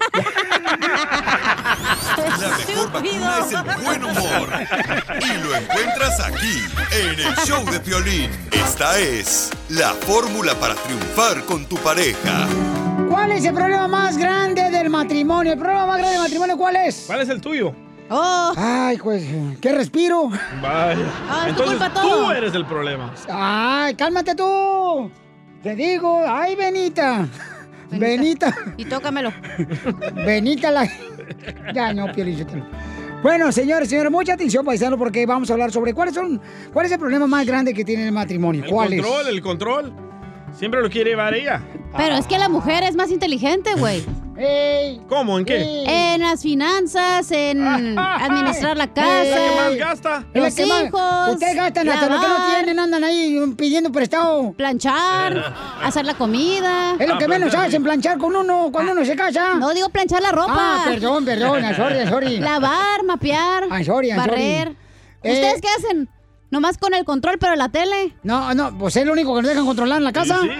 La mejor vacuna es el buen humor. Y lo encuentras aquí, en el show de Piolín. Esta es la fórmula para triunfar con tu pareja. ¿Cuál es el problema más grande del matrimonio? ¿El problema más grande del matrimonio cuál es? ¿Cuál es el tuyo? Ay, pues, ¿qué respiro? Vaya. Entonces tú eres el problema. Ay, cálmate tú. Te digo, ay, Benita. Y tócamelo. Benita la... Ya, no, Piolín. Bueno, señores, mucha atención, paisano, porque vamos a hablar sobre cuál es el problema más grande que tiene el matrimonio. El control. Siempre lo quiere llevar ella. Pero es que la mujer es más inteligente, güey. ¿Cómo? ¿En qué? En las finanzas, en administrar la casa. ¿Es la que más gasta? Los hijos. Ustedes gastan hasta lo que no tienen, andan ahí pidiendo prestado. Planchar, hacer la comida. Es lo que menos hacen, planchar con uno cuando uno se casa. No, digo planchar la ropa. Perdón, sorry. Lavar, mapear, barrer. ¿Ustedes qué hacen? Nomás con el control, pero la tele. No, pues es lo único que nos dejan controlar en la casa. Sí.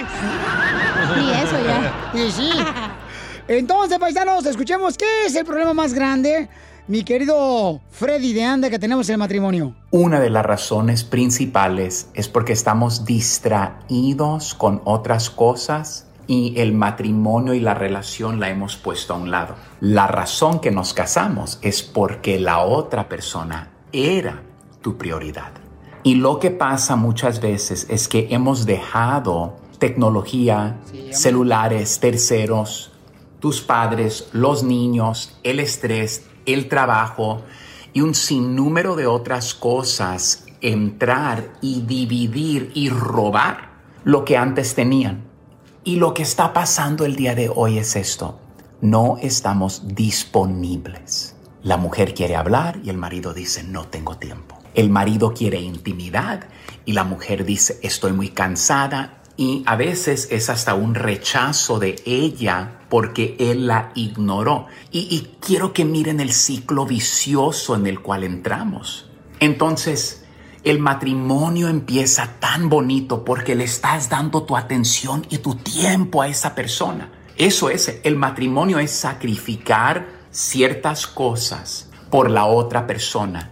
Ni eso ya. Y sí. Entonces, paisanos, escuchemos qué es el problema más grande, mi querido Freddy de Anda, que tenemos en el matrimonio. Una de las razones principales es porque estamos distraídos con otras cosas y el matrimonio y la relación la hemos puesto a un lado. La razón que nos casamos es porque la otra persona era tu prioridad. Y lo que pasa muchas veces es que hemos dejado tecnología, celulares, terceros, tus padres, los niños, el estrés, el trabajo y un sinnúmero de otras cosas entrar y dividir y robar lo que antes tenían. Y lo que está pasando el día de hoy es esto. No estamos disponibles. La mujer quiere hablar y el marido dice, no tengo tiempo. El marido quiere intimidad y la mujer dice, estoy muy cansada. Y a veces es hasta un rechazo de ella porque él la ignoró. Y quiero que miren el ciclo vicioso en el cual entramos. Entonces, el matrimonio empieza tan bonito porque le estás dando tu atención y tu tiempo a esa persona. Eso es, el matrimonio es sacrificar ciertas cosas por la otra persona.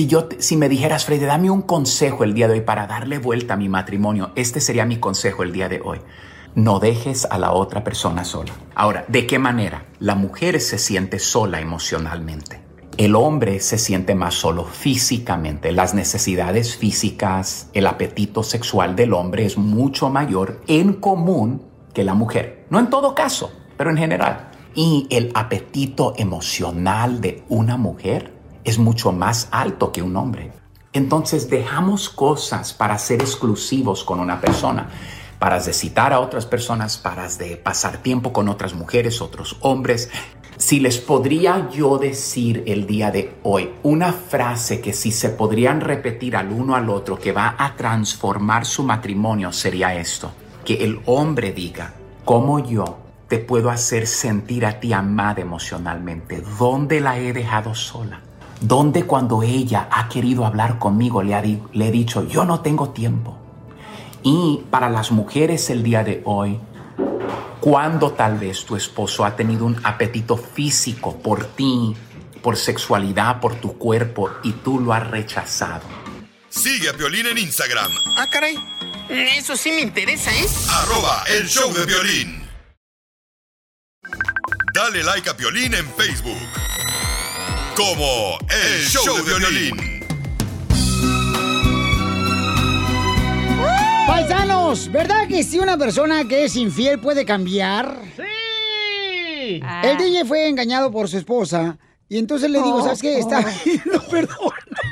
Si me dijeras, Freddy, dame un consejo el día de hoy para darle vuelta a mi matrimonio, este sería mi consejo el día de hoy. No dejes a la otra persona sola. Ahora, ¿de qué manera? La mujer se siente sola emocionalmente. El hombre se siente más solo físicamente. Las necesidades físicas, el apetito sexual del hombre es mucho mayor en común que la mujer. No en todo caso, pero en general. Y el apetito emocional de una mujer es mucho más alto que un hombre. Entonces dejamos cosas para ser exclusivos con una persona, para de citar a otras personas, para de pasar tiempo con otras mujeres, otros hombres. Si les podría yo decir el día de hoy una frase que si se podrían repetir al uno al otro que va a transformar su matrimonio, sería esto: que el hombre diga, ¿cómo yo te puedo hacer sentir a ti amada emocionalmente? ¿Dónde la he dejado sola? ¿Dónde cuando ella ha querido hablar conmigo le he dicho, yo no tengo tiempo? Y para las mujeres el día de hoy, ¿Cuándo tal vez tu esposo ha tenido un apetito físico por ti, por sexualidad, por tu cuerpo y tú lo has rechazado? Sigue a Piolín en Instagram. Ah, caray. Eso sí me interesa, ¿eh? @el show de Piolín. Dale like a Piolín en Facebook. Como El Show de Piolín. Paisanos, ¿verdad que si una persona que es infiel puede cambiar? ¡Sí! El DJ fue engañado por su esposa y entonces le digo, ¿sabes qué? Está pidiendo perdón.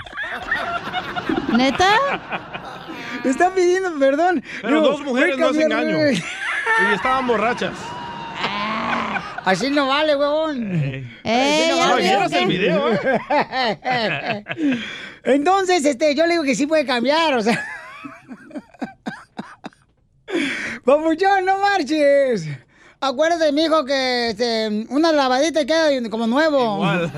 ¿Neta? Está pidiendo perdón. Pero No, dos mujeres no se engaño. Y estaban borrachas. Así no vale, huevón. No, ¿vieras el video? Entonces, yo le digo que sí puede cambiar, o sea. Papuchón, no marches. Acuérdate, mijo, que una lavadita y queda como nuevo. Igual.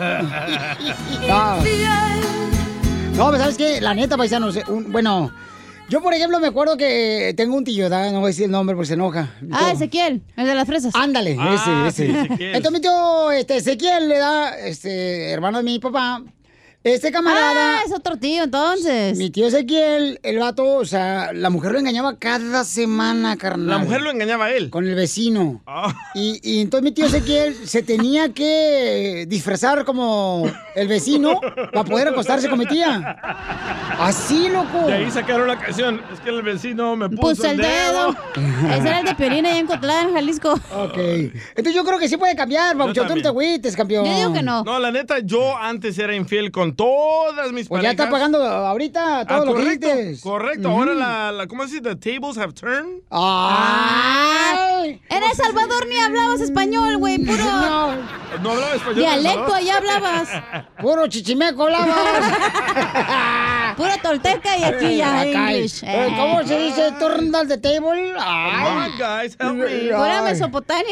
No, ¿sabes qué? La neta, paisanos, bueno, yo, por ejemplo, me acuerdo que tengo un tío, ¿verdad? No voy a decir el nombre porque se enoja. Ezequiel, el de las fresas. Ándale, ese. Sí, Ezequiel. Entonces mi tío, Ezequiel, le da, hermano de mi papá, camarada. Es otro tío, entonces. Mi tío Ezequiel, el vato, o sea, la mujer lo engañaba cada semana, carnal. La mujer lo engañaba a él. Con el vecino. Y entonces mi tío Ezequiel se tenía que disfrazar como el vecino para poder acostarse con mi tía. Así, loco. De ahí sacaron la canción. Es que el vecino me puso el dedo. Ese era el de Piolín allá en Cotlán, Jalisco. Ok. Entonces yo creo que sí puede cambiar, Papuchón. Tú no te agüites, campeón. Yo digo que no. No, la neta, yo antes era infiel con todas mis pues parejas. Ya está pagando ahorita todo lo que dices. Correcto. Ahora ¿cómo se dice? The tables have turned. ¡Ay! Era El Salvador, ni hablabas español, güey. Puro... No hablaba español. Dialecto, allá hablabas. Puro chichimeco hablabas. Puro tolteca y aquí ya English. ¿Cómo se dice turn down the table? Ay, guys, help me. Pura Mesopotamia.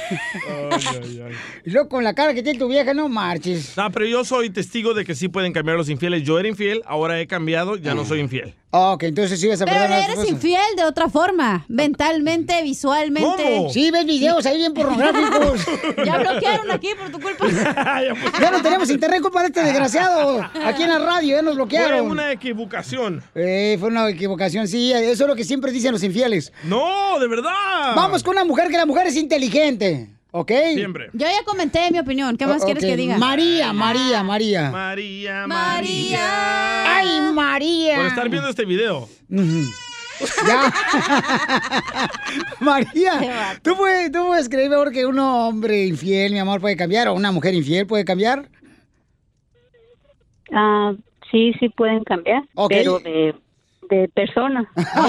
Y luego con la cara que tiene tu vieja, no marches. No, pero yo soy testigo de que sí pueden cambiar los infieles. Yo era infiel, ahora he cambiado, ya no soy infiel. Ok, entonces sí vas a perdonar. Pero eres infiel de otra forma, mentalmente, visualmente. ¿Cómo? Sí, ves videos ahí bien pornográficos. Ya bloquearon aquí por tu culpa. Ya no tenemos internet culpa de este desgraciado. Aquí en la radio ya nos bloquearon. Fue una equivocación. Fue una equivocación, sí. Eso es lo que siempre dicen los infieles. No, de verdad. Vamos con una mujer, que la mujer es inteligente. ¿Ok? Siempre. Yo ya comenté mi opinión. ¿Qué más quieres que diga? María. María. ¡Ay, María! Por estar viendo este video. Ya. María, ¿tú puedes creer mejor que un hombre infiel, mi amor, puede cambiar? ¿O una mujer infiel puede cambiar? Sí pueden cambiar. Okay. Pero de persona.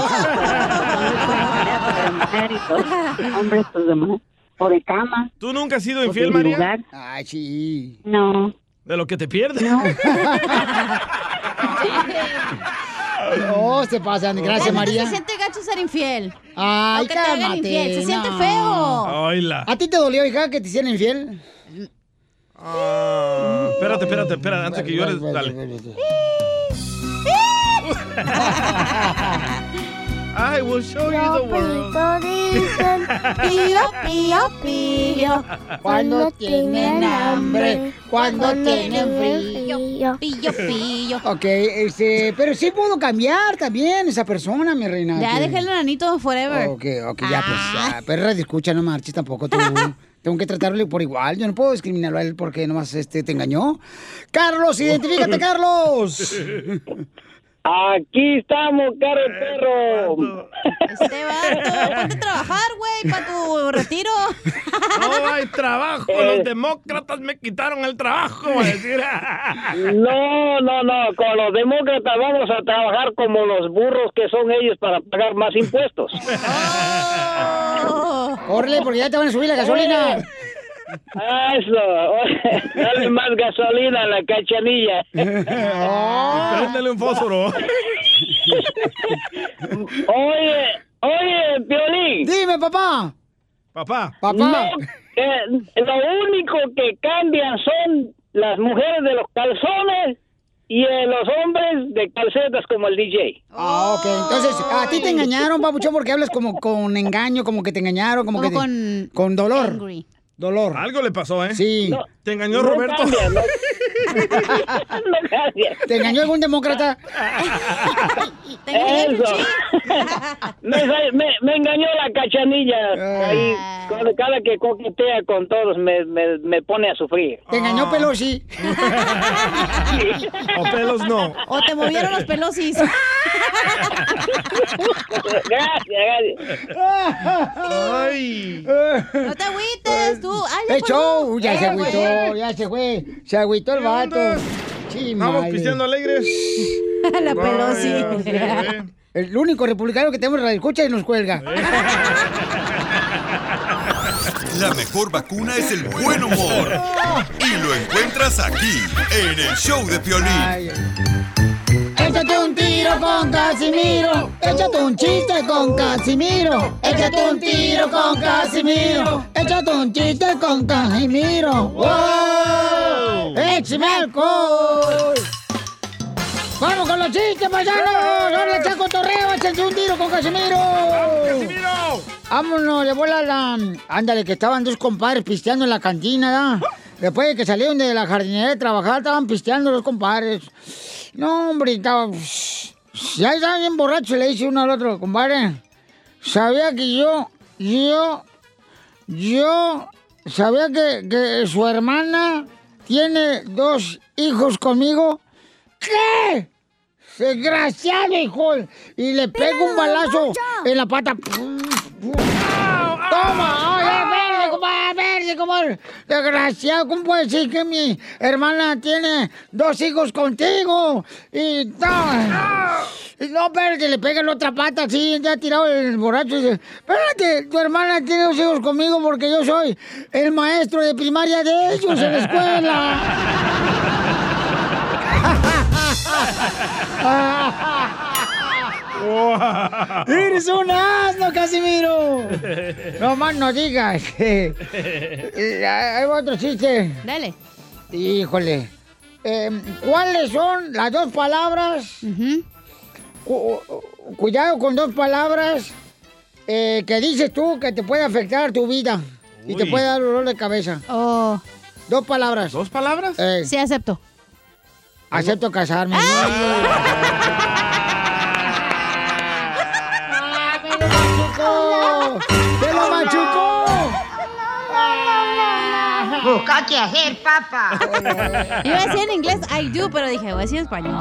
De mujer y todo. Hombres, pues de mujer. O de cama. ¿Tú nunca has sido infiel, María? Lugar. Ay, sí. No. De lo que te pierdes. No. Oh, se pasan. Gracias, María. Se siente gacho ser infiel. Ay, o que te hagan infiel. Se siente feo. Oila. ¿A ti te dolió, hija, que te hicieran infiel? Espérate, antes que llores, dale. I will show you the world. Pío, pío, pío. Cuando tienen hambre, cuando tienen frío. Pillo. Ok, pero sí puedo cambiar también esa persona, mi reina. Ya, déjale el nanito forever. Ok, ya, pues, ya. Perra, escucha, no marches tampoco tú. Tengo que tratarle por igual. Yo no puedo discriminarlo a él porque nomás te engañó. Carlos, identifícate, Carlos. Aquí estamos, caro perro. Vato, ponte a trabajar, güey, para tu retiro. No hay trabajo. Los demócratas me quitaron el trabajo. No. Con los demócratas vamos a trabajar como los burros que son ellos para pagar más impuestos. Córrele, porque ya te van a subir la gasolina. Eso, dale más gasolina a la cachanilla. Y préndele un fósforo. Oye, Piolín. Dime, papá. No, lo único que cambian son las mujeres de los calzones Y los hombres de calcetas como el DJ. Ah, ok. Entonces, a ti te engañaron, papuchón, porque hablas como con engaño, como que te engañaron, como que con dolor. Angry. Dolor. Algo le pasó, ¿eh? Sí. No, ¿te engañó Roberto? Cambia, no cambia. ¿Te engañó algún demócrata? Eso. me engañó la Cachanilla. Ahí, cada que coquetea con todos me pone a sufrir. ¿Te engañó Pelosi? O pelos no. O te movieron los pelosis. Gracias. Ay. No te agüites, tú. Ay, show, ya se agüitó, ya se fue. Se agüitó el vato. Sí, vamos pisteando alegres. La Pelosi. El único republicano que tenemos radio escucha y nos cuelga. La mejor vacuna es el buen humor. Y lo encuentras aquí, en el show de Piolín. Échate un tiro con Casimiro. Échate un chiste con Casimiro. Échate un tiro con Casimiro. Échate un chiste con Casimiro. ¡Wow! ¡Échame alcohol! ¡Vamos con los chistes, paisanos! ¡Ahora está cotorreo! ¡Échate un tiro con Casimiro! ¡Casimiro! Vámonos, le bola la... Ándale, que estaban dos compadres pisteando en la cantina, ¿no? Después de que salieron de la jardinería de trabajar, estaban pisteando los compadres. No, hombre, estaba... Ya estaban bien borrachos, le dice uno al otro, compadre. Sabía que yo sabía que su hermana tiene 2 hijos conmigo. ¿Qué? Desgraciado, hijo. Y le pego un balazo en la pata. ¡Toma! ¡Ay, verde, compadre! Desgraciado, ¿cómo puede decir que mi hermana tiene 2 hijos contigo? Y no, espérate, le pega en la otra pata, así, ya tirado el borracho. Y dice, espérate, tu hermana tiene 2 hijos conmigo porque yo soy el maestro de primaria de ellos en la escuela. ¡Eres un asno, Casimiro! No más no digas. Hay otro chiste. Dale. Híjole. ¿Cuáles son las 2 palabras? Cuidado con 2 palabras que dices tú que te puede afectar tu vida. Y te puede dar dolor de cabeza. 2 palabras. ¿2 palabras? Sí, acepto. Acepto casarme. ¡Te lo machucó! Busca qué hacer, papá. Iba a decir en inglés I do, pero dije, voy a decir en español.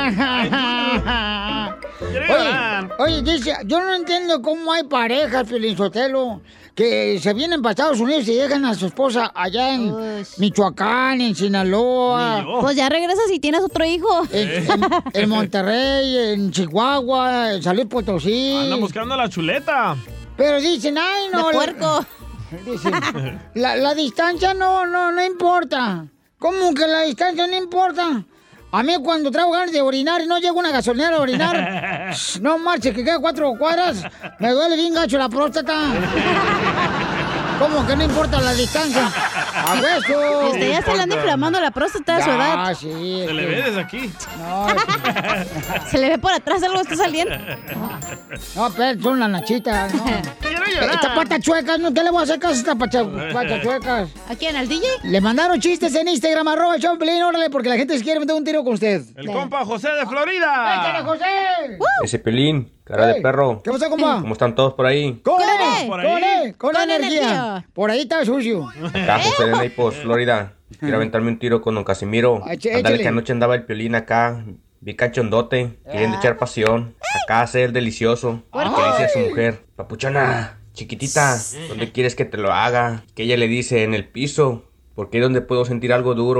Oye, dice, yo no entiendo cómo hay parejas, Piolinsotelo, que se vienen para Estados Unidos y dejan a su esposa allá en Michoacán, en Sinaloa. Pues ya regresas y tienes otro hijo. En Monterrey, en Chihuahua, en San Luis Potosí. Andan buscando la chuleta. Pero dicen, ay, no. De puerco. Dicen, la distancia no importa. ¿Cómo que la distancia no importa? A mí cuando traigo ganas de orinar y no llego a una gasolinera a orinar, no marche, que queda 4 cuadras, me duele bien gacho la próstata. ¿Cómo que no importa la distancia? ¡A hueso! Usted ya se le anda inflamando la próstata a su edad. Ah, sí. Se le ve desde aquí. No, se le ve por atrás, algo está saliendo. No, pero son las nachitas, ¿no? Quiero llorar. Esta pata chuecas, ¿no? ¿Qué le voy a hacer caso a esta pata chuecas? ¿A quién? ¿Al DJ? Le mandaron chistes en Instagram, @Choplin, órale, porque la gente se quiere meter un tiro con usted. El compa José de Florida. ¡Échale, José! Ese Piolín, cara de perro. ¿Qué pasa, compa? ¿Cómo están todos por ahí? ¡Con energía! Por ahí está sucio. Acá, José de Naples, Florida. Quiero aventarme un tiro con don Casimiro. Ándale, que anoche andaba el Piolín acá. Vi cachondote, queriendo echar pasión. Acá hacer el delicioso. Que dice a su mujer, papuchona, chiquitita, ¿dónde quieres que te lo haga? Que ella le dice, en el piso, porque es donde puedo sentir algo duro.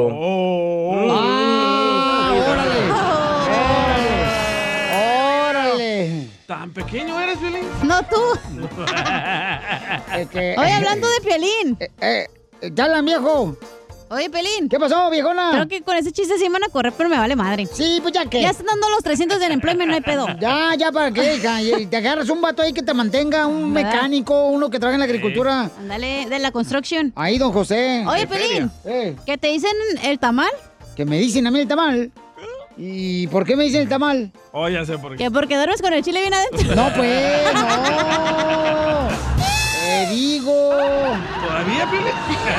¡Órale! ¿Tan pequeño eres, Piolín? No, tú. Oye, hablando de Piolín. ¡Dale, viejo! Oye, Pelín. ¿Qué pasó, viejona? Creo que con ese chiste sí me van a correr, pero me vale madre. Sí, pues ya que. Ya están dando los 300 del employment, no hay pedo. Ya, ¿para qué, hija? Y te agarras un vato ahí que te mantenga, un mecánico, uno que trabaja en la agricultura. Ándale, de la construction. Ahí, don José. Oye, Pelín, ¿qué te dicen el tamal? ¿Que me dicen a mí el tamal? ¿Y por qué me dicen el tamal? Oh, ya sé por qué. ¿Que porque duermes con el chile bien adentro? No, pues, no. Te digo. ¿Todavía, Piolín?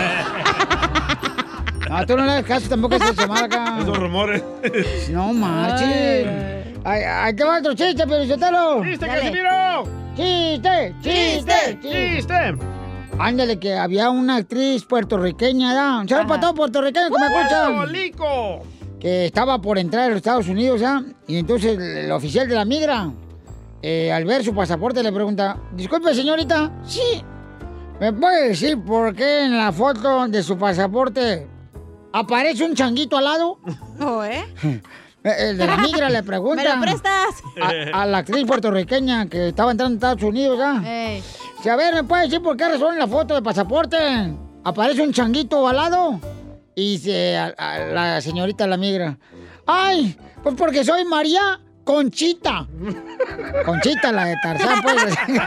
No, tú no le das caso tampoco a esa semana acá. Esos rumores. No marches. Ahí te va otro chiste, Piolichotelo. ¡Chiste, Casimiro! ¡Chiste! ¡Chiste! ¡Chiste! Ándale, que había una actriz puertorriqueña, ¿ya? Un saludo para todos puertorriqueños que me escuchan. ¡Lico! Que estaba por entrar a los Estados Unidos, ¿ya? Y entonces el oficial de la migra, al ver su pasaporte, le pregunta, disculpe, señorita, sí, ¿me puede decir por qué en la foto de su pasaporte aparece un changuito al lado? ¿Oh, eh? El de la migra le pregunta. ¿Me lo prestas? A la actriz puertorriqueña que estaba entrando a Estados Unidos, ¿ya? Si, a ver, ¿me puede decir por qué razón en la foto de pasaporte aparece un changuito al lado? Y dice a la señorita la migra, ¡ay! Pues porque soy María Conchita. Conchita, la de Tarzán, pues.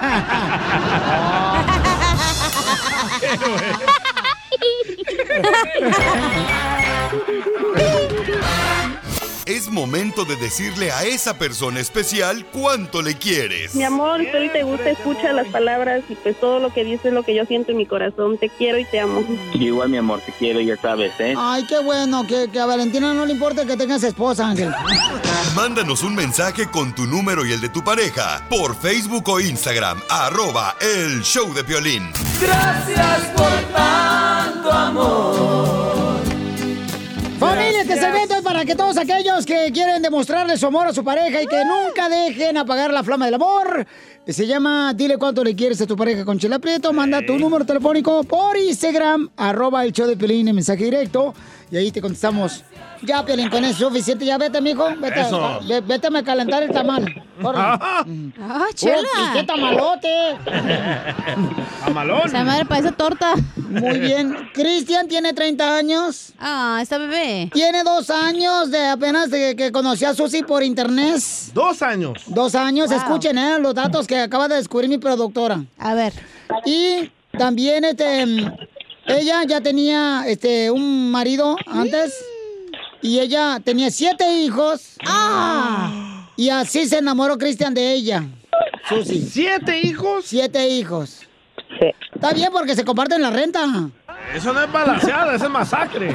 Es momento de decirle a esa persona especial cuánto le quieres. Mi amor, si te gusta, escucha las palabras y pues todo lo que dices es lo que yo siento en mi corazón. Te quiero y te amo. Igual, mi amor, te quiero, ya sabes, ¿eh? Ay, qué bueno, que a Valentina no le importa que tengas esposa, Ángel. Mándanos un mensaje con tu número y el de tu pareja por Facebook o Instagram, @El Show de Piolín. Gracias por tanto amor. Familia, este segmento es para que todos aquellos que quieren demostrarle su amor a su pareja y que nunca dejen apagar la flama del amor. Se llama Dile cuánto le quieres a tu pareja con Chela Prieto. Manda tu número telefónico por Instagram, @El Show de Piolín en mensaje directo. Y ahí te contestamos. Ya, Piolín, con eso es suficiente. Ya vete, mijo. Vete, vete a calentar el tamal. ¡Ah, Chela! ¿Y qué tamalote? ¡Tamalón! Esa madre parece torta. Muy bien. Cristian tiene 30 años. Ah, está bebé. Tiene 2 años de apenas de que conocí a Susi por internet. 2 años. 2 años. Wow. Escuchen, los datos que acaba de descubrir mi productora. A ver. Y también, ella ya tenía, un marido antes. Y ella tenía 7 hijos. ¡Ah! Y así se enamoró Cristian de ella. Susi. ¿7 hijos? 7 hijos. Está bien porque se comparten la renta. Eso no es balanceada, eso es masacre.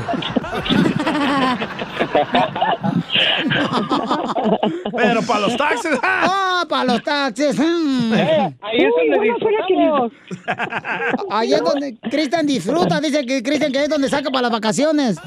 Pero para los taxes. Para los taxes. Ahí es donde disfrutamos. Ahí es donde Cristian disfruta. Dice que Cristian que es donde saca para las vacaciones.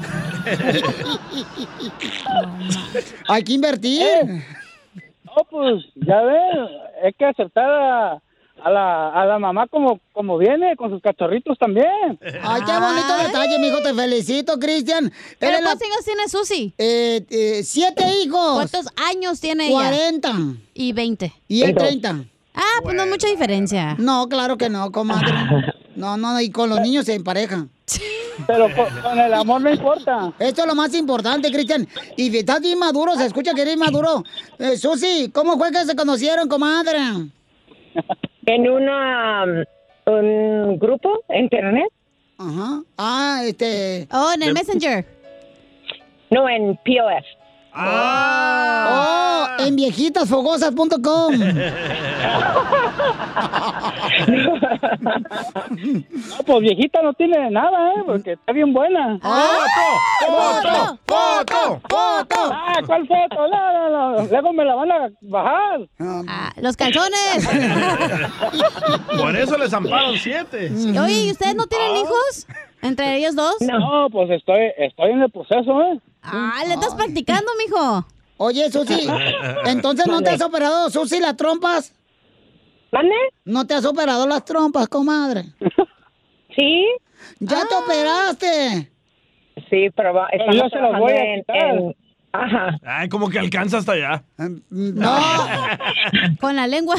Hay que invertir. No, pues, ya ves, hay que aceptar a la mamá como viene, con sus cachorritos también. Ay, qué bonito detalle, mijo, te felicito, Cristian. ¿Pero cuántos hijos tiene Susi? 7 hijos. ¿Cuántos años tiene ella? 40. Y 20. Y él 30. Ah, pues no es mucha diferencia. No, claro que no, comadre. No, y con los niños se empareja. Pero con el amor no importa. Esto es lo más importante, Cristian. Y estás bien maduro, se escucha que eres maduro. Susi, ¿cómo fue que se conocieron, comadre? En un grupo en internet. Ajá. Oh, en el Messenger. No, en POF. En viejitasfogosas.com. No, pues viejita no tiene nada, porque está bien buena. ¡Foto! Ah, ¿cuál foto? No. Luego me la van a bajar. Los calzones. Por eso les amparon 7. Oye, ¿y ustedes no tienen hijos? ¿Entre ellos dos? No, pues estoy en el proceso, ¿eh? ¿Le estás practicando, mijo? Oye, Susi, ¿entonces no te has operado, Susi, las trompas? ¿Mande? ¿No te has operado las trompas, comadre? Sí. ¿Ya te operaste? Sí, pero yo se las voy a quitar. Ajá. Ay, como que alcanza hasta allá. No. Con la lengua.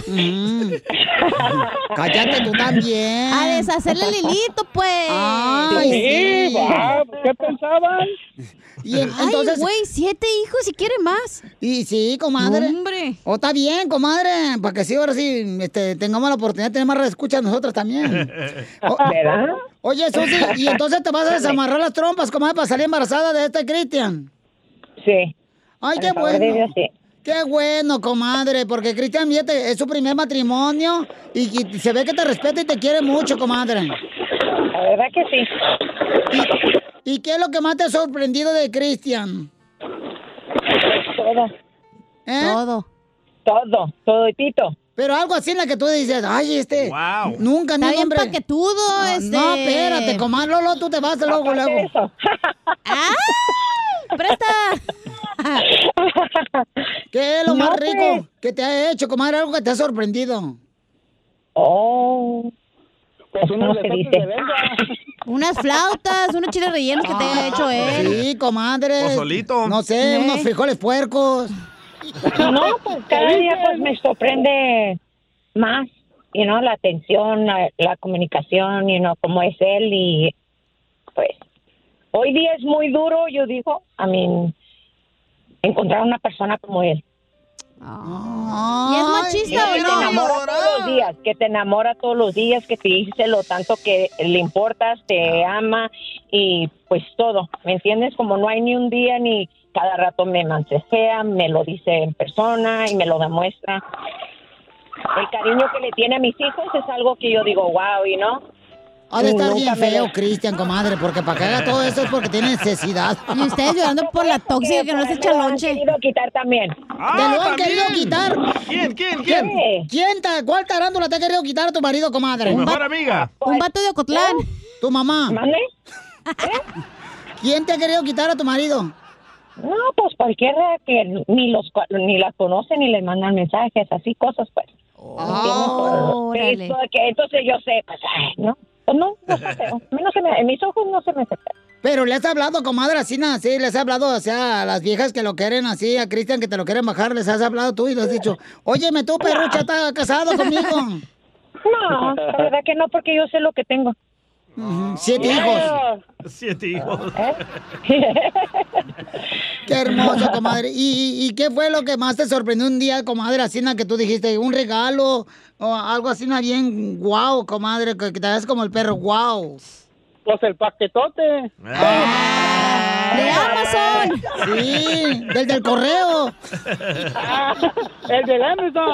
Cállate tú también. A deshacerle el hilito, pues. Ay, sí. ¿Qué pensaban? Y entonces, güey, 7 hijos y quiere más. Y sí, comadre. Hombre. Está bien, comadre. Para que sí, ahora sí tengamos la oportunidad de tener más escuchas nosotros también. ¿Verdad? Oye, Susi, ¿y entonces te vas a desamarrar las trompas, comadre, para salir embarazada de Cristian? Sí. Ay, Por qué el favor de bueno. Dios, sí. Qué bueno, comadre, porque Cristian, fíjate, es su primer matrimonio y se ve que te respeta y te quiere mucho, comadre. La verdad que sí. ¿Y qué es lo que más te ha sorprendido de Cristian? Todo. ¿Eh? Toditito. Pero algo así en la que tú dices, ay, Wow. nunca ni Está un bien hombre. paquetudo, No, espérate, comadre, Lolo, tú te vas luego. ¡Ah! ¡Presta! ¿Qué es lo No, más rico pues. que te ha hecho, comadre? Algo que te ha sorprendido. Oh. Pues unos ¿Cómo se lesotes dice? de lengua. Unas flautas, unos chiles rellenos que te ha hecho él. Sí, comadre. Pozolito. No sé, unos frijoles puercos. No, pues cada día pues me sorprende más, la atención, la comunicación, cómo es él y pues hoy día es muy duro, yo digo, encontrar una persona como él. ¿Y es machista o Que te enamora todos los días, que te dice lo tanto que le importas, te ama y pues todo, ¿me entiendes? Como no hay ni un día ni cada rato me mensajea, me lo dice en persona y me lo demuestra. El cariño que le tiene a mis hijos es algo que yo digo, wow, Ha de estar Nunca bien me feo, lo- Cristian, comadre, porque para que haga todo eso es porque tiene necesidad. Y ustedes llorando por la tóxica que no se echa lonche. Me lo han querido quitar también. ¡Te lo han querido quitar! ¿Quién? ¿Cuál tarántula te ha querido quitar a tu marido, comadre? Tu mejor amiga. Un vato de Ocotlán. ¿Tu mamá? ¿Mande? ¿Quién te ha querido quitar a tu marido? No, pues cualquiera que ni las conoce ni le mandan mensajes, así cosas, pues. órale. Entonces yo sé, pues, ¿no? Pues no está feo. A mí en mis ojos no se me hace feo. Pero le has hablado, comadre, así, sí, les has hablado, o sea, a las viejas que lo quieren así, a Cristian que te lo quieren bajar, les has hablado tú y les has dicho, óyeme, tú, perrucha, ¿estás casado conmigo? No, la verdad que no, porque yo sé lo que tengo. 7 hijos. 7 hijos. Qué hermoso, comadre. ¿Y qué fue lo que más te sorprendió un día, comadre, así que tú dijiste, un regalo o algo así, bien guau, comadre, que te das como el perro, guau? Pues el paquetote. ¡De Amazon! Sí, del correo. El del Amazon.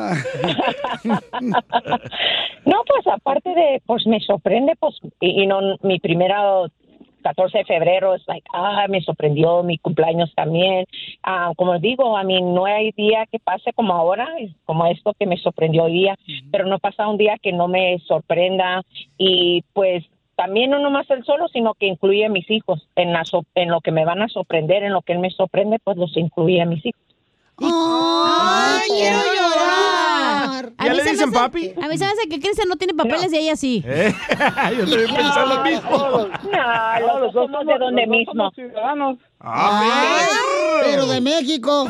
No, pues aparte de, pues me sorprende, pues, y no, mi primera 14 de febrero es me sorprendió, mi cumpleaños también. Como digo, no hay día que pase como ahora, como esto que me sorprendió hoy día, pero no pasa un día que no me sorprenda y pues también no nomás él solo, sino que incluye a mis hijos en lo que me van a sorprender, en lo que él me sorprende, pues los incluye a mis hijos. ¡Ay, quiero llorar! ¿Ya le dicen papi? A mí se me hace que Cristian no tiene papeles y ella sí. Yo también pensé lo mismo. No, los dos somos de donde mismo. Ay, pero de México.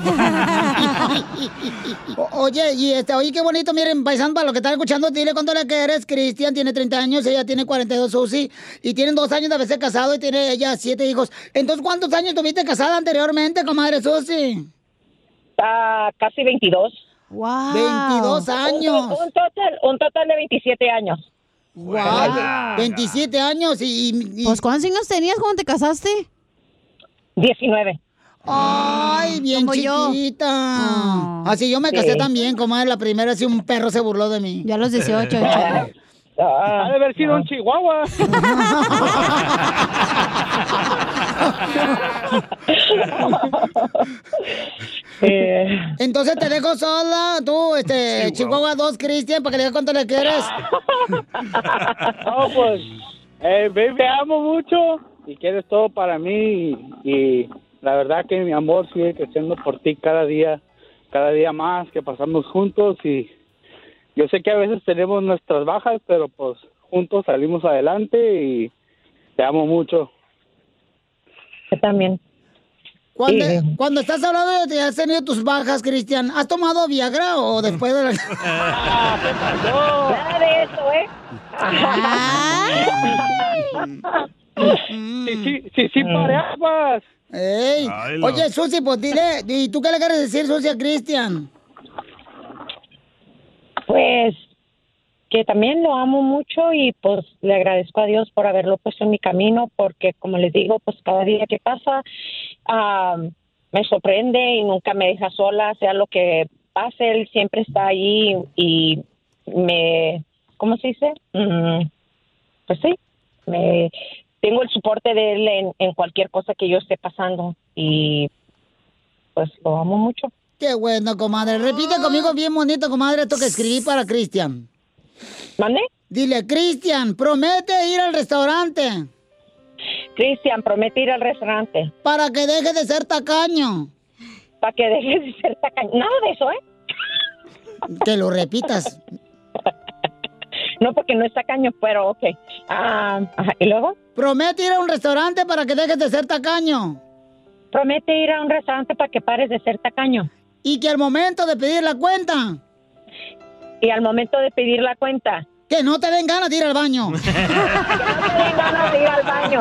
Oye, oye, qué bonito, miren, paisano, para los que están escuchando, dile cuánto le quieres. Cristian tiene 30 años, ella tiene 42, Susi, y tienen 2 años de haberse casado y tiene ella 7 hijos. Entonces, ¿cuántos años tuviste casada anteriormente, comadre Susi? Casi 22. Wow. 22 años. Un total de 27 años. Wow. 27 años y... Pues, ¿cuántos años tenías cuando te casaste? 19. Ay, bien Como yo. chiquita. Así yo me casé Sí. también, comadre. La primera, así un perro se burló de mí. Ya a los 18. Ha de haber sido un chihuahua. Entonces te dejo sola, tú, Chihuahua 2, Cristian, para que le digas cuánto le quieres. No, pues, baby, te amo mucho y quieres todo para mí y la verdad que mi amor sigue creciendo por ti cada día más que pasamos juntos y yo sé que a veces tenemos nuestras bajas, pero pues juntos salimos adelante y te amo mucho. Yo también. Cuando estás hablando de que has tenido tus bajas, Cristian, ¿has tomado Viagra o después de la... Nada de eso, ¿eh? Sí, parejas. Ey. Ay, no. Oye, Susi, pues dile, ¿y tú qué le quieres decir, Susi, a Cristian? Pues que también lo amo mucho y pues le agradezco a Dios por haberlo puesto en mi camino porque como les digo, pues cada día que pasa me sorprende y nunca me deja sola, sea lo que pase, él siempre está ahí y ¿cómo se dice? Pues sí, tengo el soporte de él en cualquier cosa que yo esté pasando y pues lo amo mucho. Qué bueno, comadre. Repite conmigo bien bonito, comadre, esto que escribí para Cristian. ¿Mande? Dile, Cristian, promete ir al restaurante. Cristian, promete ir al restaurante. Para que deje de ser tacaño. Para que deje de ser tacaño. Nada de eso, ¿eh? Que lo repitas. No, porque no es tacaño, pero ok. ¿Y luego? Promete ir a un restaurante para que dejes de ser tacaño. Promete ir a un restaurante para que pares de ser tacaño. Y que al momento de pedir la cuenta. Y al momento de pedir la cuenta. Que no te den ganas de ir al baño. Que no te den ganas de ir al baño.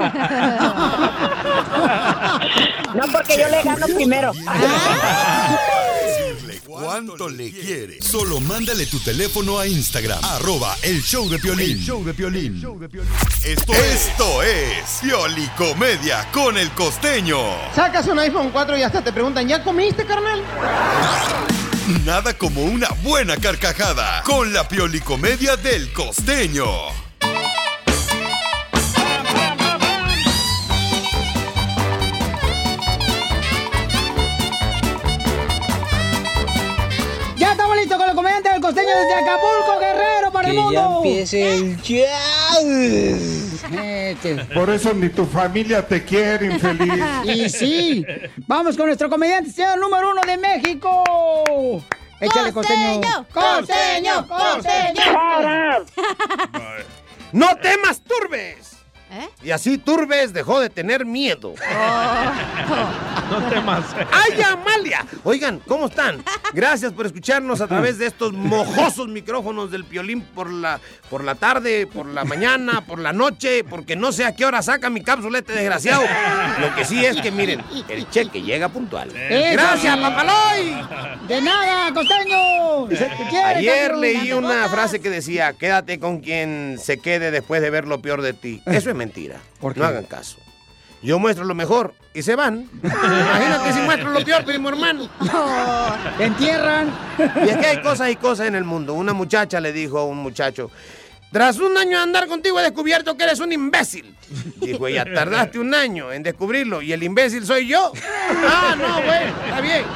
No, porque yo le gano primero. Decirle cuánto le quiere. Solo mándale tu teléfono a Instagram, @elshowdepiolín. El show de Piolín. Esto es Piolicomedia con el Costeño. Sacas un iPhone 4 y hasta te preguntan, ¿ya comiste, carnal? Nada como una buena carcajada con la Piolicomedia del Costeño. Ya estamos listos con el comediante del Costeño desde Acapulco, Guerrero, para el mundo. Que ya empiece el jazz. Por eso ni tu familia te quiere, infeliz. Y sí, vamos con nuestro comediante, señor número 1 de México. Échale, Costeño. ¡Costeño! ¡No te masturbes! Y así Turbes dejó de tener miedo. No temas. ¡Ay, Amalia! Oigan, ¿cómo están? Gracias por escucharnos a través de estos mojosos micrófonos del Piolín por la tarde, por la mañana, por la noche, porque no sé a qué hora saca mi cápsula este desgraciado. Lo que sí es que, miren, el cheque llega puntual. ¡Gracias, papaloy! ¡De nada, Costeño! Ayer leí una frase que decía, quédate con quien se quede después de ver lo peor de ti. Eso es mentira. No hagan caso. Yo muestro lo mejor y se van. Imagínate si muestro lo peor, primo hermano. Te entierran. Y es que hay cosas y cosas en el mundo. Una muchacha le dijo a un muchacho, tras un año de andar contigo he descubierto que eres un imbécil. Dijo ella, tardaste un año en descubrirlo y el imbécil soy yo. Ah, no, güey, está bien.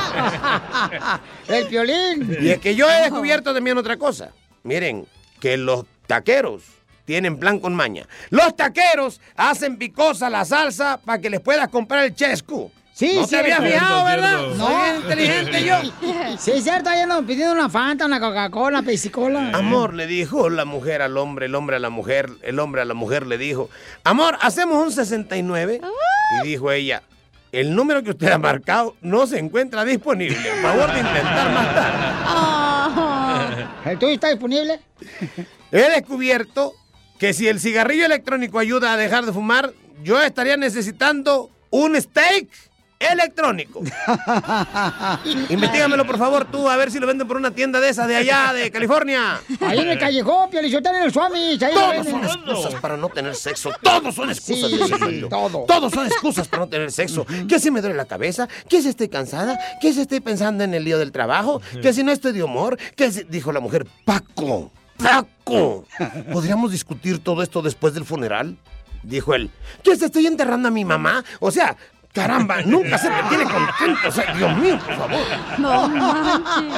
El Piolín. Y es que yo he descubierto también otra cosa. Miren, que los taqueros tienen plan con maña. Los taqueros hacen picosa la salsa para que les puedas comprar el chesco. Sí, no sí. te habías fijado, ¿verdad? No. Soy bien inteligente yo. Sí, es cierto, ahí andan pidiendo una Fanta, una Coca-Cola, Pepsi-Cola. Amor, le dijo la mujer al hombre, el hombre a la mujer, el hombre a la mujer le dijo, amor, ¿hacemos un 69? Y dijo ella, el número que usted ha marcado no se encuentra disponible. Por favor de intentar más tarde. ¿El tuyo está disponible? He descubierto que si el cigarrillo electrónico ayuda a dejar de fumar, yo estaría necesitando un steak electrónico. Investígamelo, por favor, tú, a ver si lo venden por una tienda de esas de allá, de California. Ahí en el callejón, Piolichotán, en el Suami. Todos son excusas para no tener sexo. Todos son excusas, sí, Todos son excusas para no tener sexo. Que si me duele la cabeza, que si estoy cansada, que si estoy pensando en el lío del trabajo, que si no estoy de humor, que si... Dijo la mujer, Paco, ¿podríamos discutir todo esto después del funeral? Dijo él, ¿que se estoy enterrando a mi mamá? O sea, caramba, nunca se te tiene contento. O sea, Dios mío, por favor. No manches.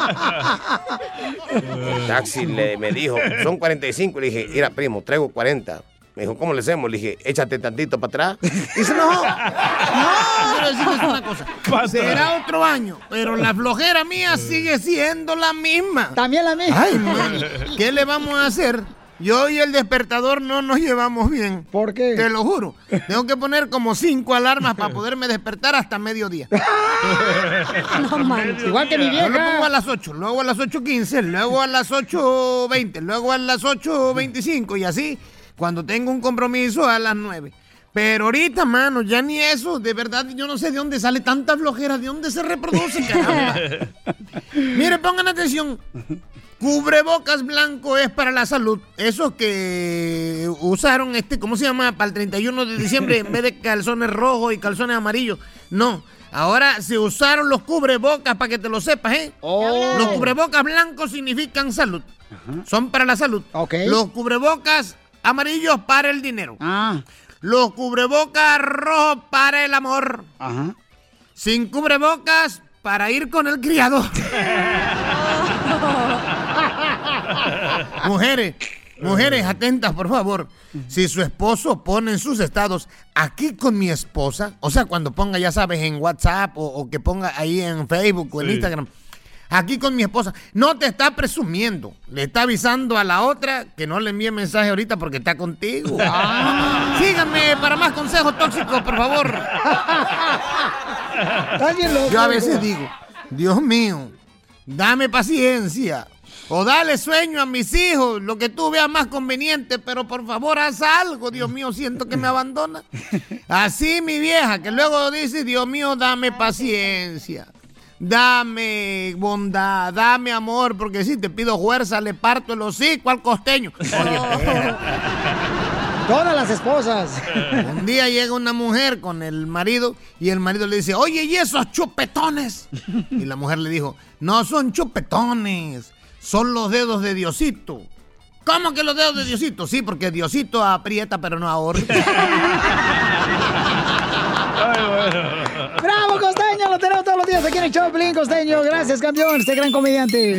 El taxi me dijo, son 45. Le dije, mira, primo, traigo 40. Me dijo, ¿cómo le hacemos? Le dije, échate tantito para atrás. Dice, no, quiero decirles una cosa. Será otro año, pero la flojera mía sigue siendo la misma. También la misma. Ay, man, ¿qué le vamos a hacer? Yo y el despertador no nos llevamos bien. ¿Por qué? Te lo juro. Tengo que poner como 5 alarmas para poderme despertar hasta mediodía. No manches. Igual que mi vieja. Yo lo pongo a las 8, luego a las 8:15, luego a las 8:20, luego a las 8:25 y así cuando tengo un compromiso a las 9. Pero ahorita, mano, ya ni eso. De verdad, yo no sé de dónde sale tanta flojera, de dónde se reproduce, caramba. Mire, pongan atención. Cubrebocas blanco es para la salud. Esos que usaron, ¿cómo se llama? Para el 31 de diciembre, en vez de calzones rojos y calzones amarillos. No, Ahora se usaron los cubrebocas para que te lo sepas, ¿eh? Los cubrebocas blancos significan salud. Son para la salud. Los cubrebocas amarillos para el dinero. Los cubrebocas rojos para el amor. Sin cubrebocas para ir con el criador. Mujeres, atentas, por favor. Si su esposo pone en sus estados, aquí con mi esposa, o sea, cuando ponga, ya sabes, en WhatsApp o que ponga ahí en Facebook o en Instagram, aquí con mi esposa, no te está presumiendo, le está avisando a la otra que no le envíe mensaje ahorita porque está contigo. Síganme para más consejos tóxicos, por favor. Yo a veces digo, Dios mío, dame paciencia. O dale sueño a mis hijos, lo que tú veas más conveniente, pero por favor haz algo, Dios mío, siento que me abandona. Así mi vieja, que luego dice, Dios mío, dame paciencia, dame bondad, dame amor, porque si te pido fuerza, le parto el hocico al costeño. Oye, espera. Todas las esposas. Un día llega una mujer con el marido y el marido le dice, oye, ¿y esos chupetones? Y la mujer le dijo, no son chupetones. Son los dedos de Diosito. ¿Cómo que los dedos de Diosito? Sí, porque Diosito aprieta pero no ahorca. ¡Bravo, Costeño! Lo tenemos todos los días aquí en el show de Piolín, Costeño. Gracias, campeón, este gran comediante.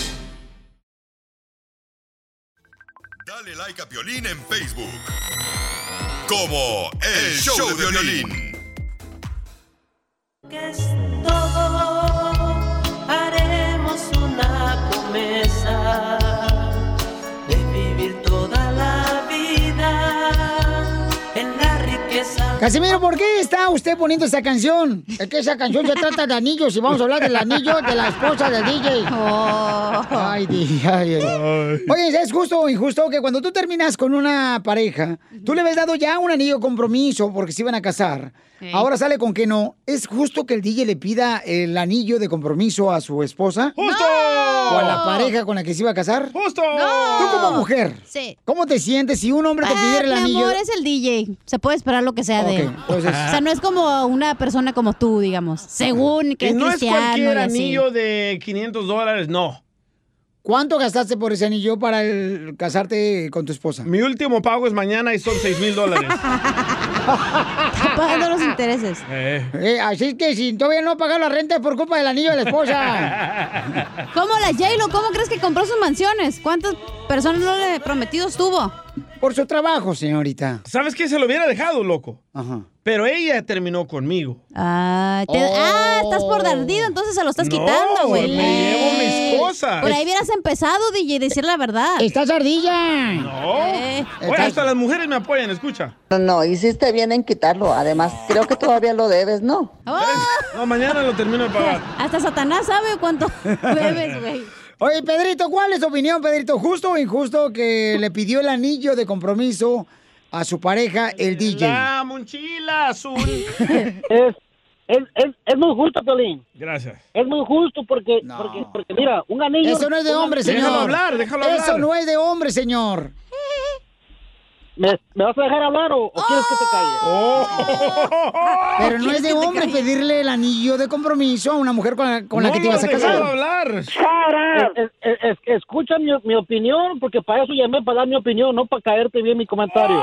Dale like a Piolín en Facebook. Como El Show de Piolín. Que es todo, haremos una promesa de vivir toda la vida en la riqueza. Casimiro, ¿por qué está usted poniendo esta canción? Es que esa canción se trata de anillos y vamos a hablar del anillo de la esposa del DJ. Ay. Oye, ¿es justo o injusto que cuando tú terminas con una pareja, tú le habías dado ya un anillo de compromiso porque se iban a casar? Ahora sale con que no. ¿Es justo que el DJ le pida el anillo de compromiso a su esposa? ¡Justo! ¿O a la pareja con la que se iba a casar? ¡Justo! No. Tú como mujer, ¿cómo te sientes si un hombre te pidiera el anillo? Mi amor, es el DJ. Se puede esperar lo que sea de él. Entonces... O sea, no es como una persona como tú, digamos. Según que y es no cristiano. es cualquier y así. anillo de $500, no. ¿Cuánto gastaste por ese anillo para casarte con tu esposa? Mi último pago es mañana y son $6,000. Está pagando los intereses. Así que si todavía no pagar la renta es por culpa del anillo de la esposa. ¿Cómo la J-Lo? ¿Cómo crees que compró sus mansiones? ¿Cuántas personas no le prometidos tuvo? Por su trabajo, señorita. ¿Sabes qué? Se lo hubiera dejado, loco. Ajá. Pero ella terminó conmigo. Estás por ardido, entonces se lo estás quitando, güey. Me llevo mis cosas. Por ahí hubieras empezado, DJ, decir la verdad. ¡Estás ardilla! No. Oye, hasta las mujeres me apoyan, escucha. No, hiciste bien en quitarlo. Además, creo que todavía lo debes, ¿no? No, mañana lo termino de pagar. Hasta Satanás sabe cuánto debes, güey. Oye, Pedrito, ¿cuál es tu opinión, Pedrito? ¿Justo o injusto que le pidió el anillo de compromiso a su pareja, el DJ? La mochila azul. Es muy justo, Piolín. Gracias. Es muy justo porque mira, un anillo... Eso no es de hombre, señor. Déjalo hablar. Eso no es de hombre, señor. ¿Me vas a dejar hablar o quieres que te calle? Pero no es de hombre pedirle el anillo de compromiso a una mujer con la que te ibas a casar. Hablar. Escucha mi opinión, porque para eso llamé, para dar mi opinión, no para caerte bien mi comentario.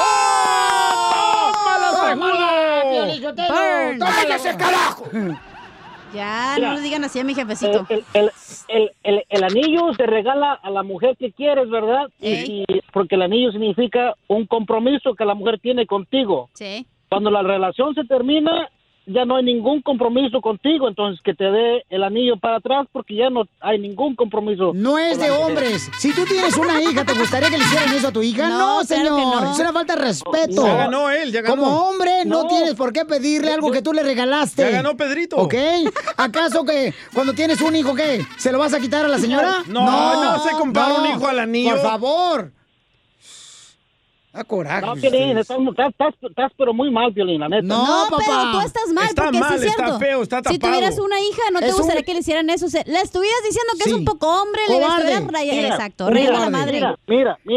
¡Tómale ese carajo! Ya, Mira, no le digan así a mi jefecito. El anillo se regala a la mujer que quieres, ¿verdad? Y porque el anillo significa un compromiso que la mujer tiene contigo. Sí. Cuando la relación se termina, ya no hay ningún compromiso contigo, entonces que te dé el anillo para atrás porque ya no hay ningún compromiso. No es de hombres. Si tú tienes una hija, ¿te gustaría que le hicieran eso a tu hija? No, señor. Claro no. Es una falta de respeto. Ya ganó él, ya ganó. Como hombre, no tienes por qué pedirle algo que tú le regalaste. Ya ganó Pedrito. ¿Ok? ¿Acaso que cuando tienes un hijo, qué? ¿Se lo vas a quitar a la señora? No se compara un hijo al anillo. Por favor. Da coraje. No, Piolín, estás pero muy mal, Piolín, la neta. No, papá. Pero tú estás mal, está porque mal, sí es cierto. está feo, está tapado. Si tuvieras una hija, no te gustaría que le hicieran eso. Le estuvieras diciendo que es un poco hombre, Cobarde. le estuvieras rayando. Exacto, rayando a la madre. Mira,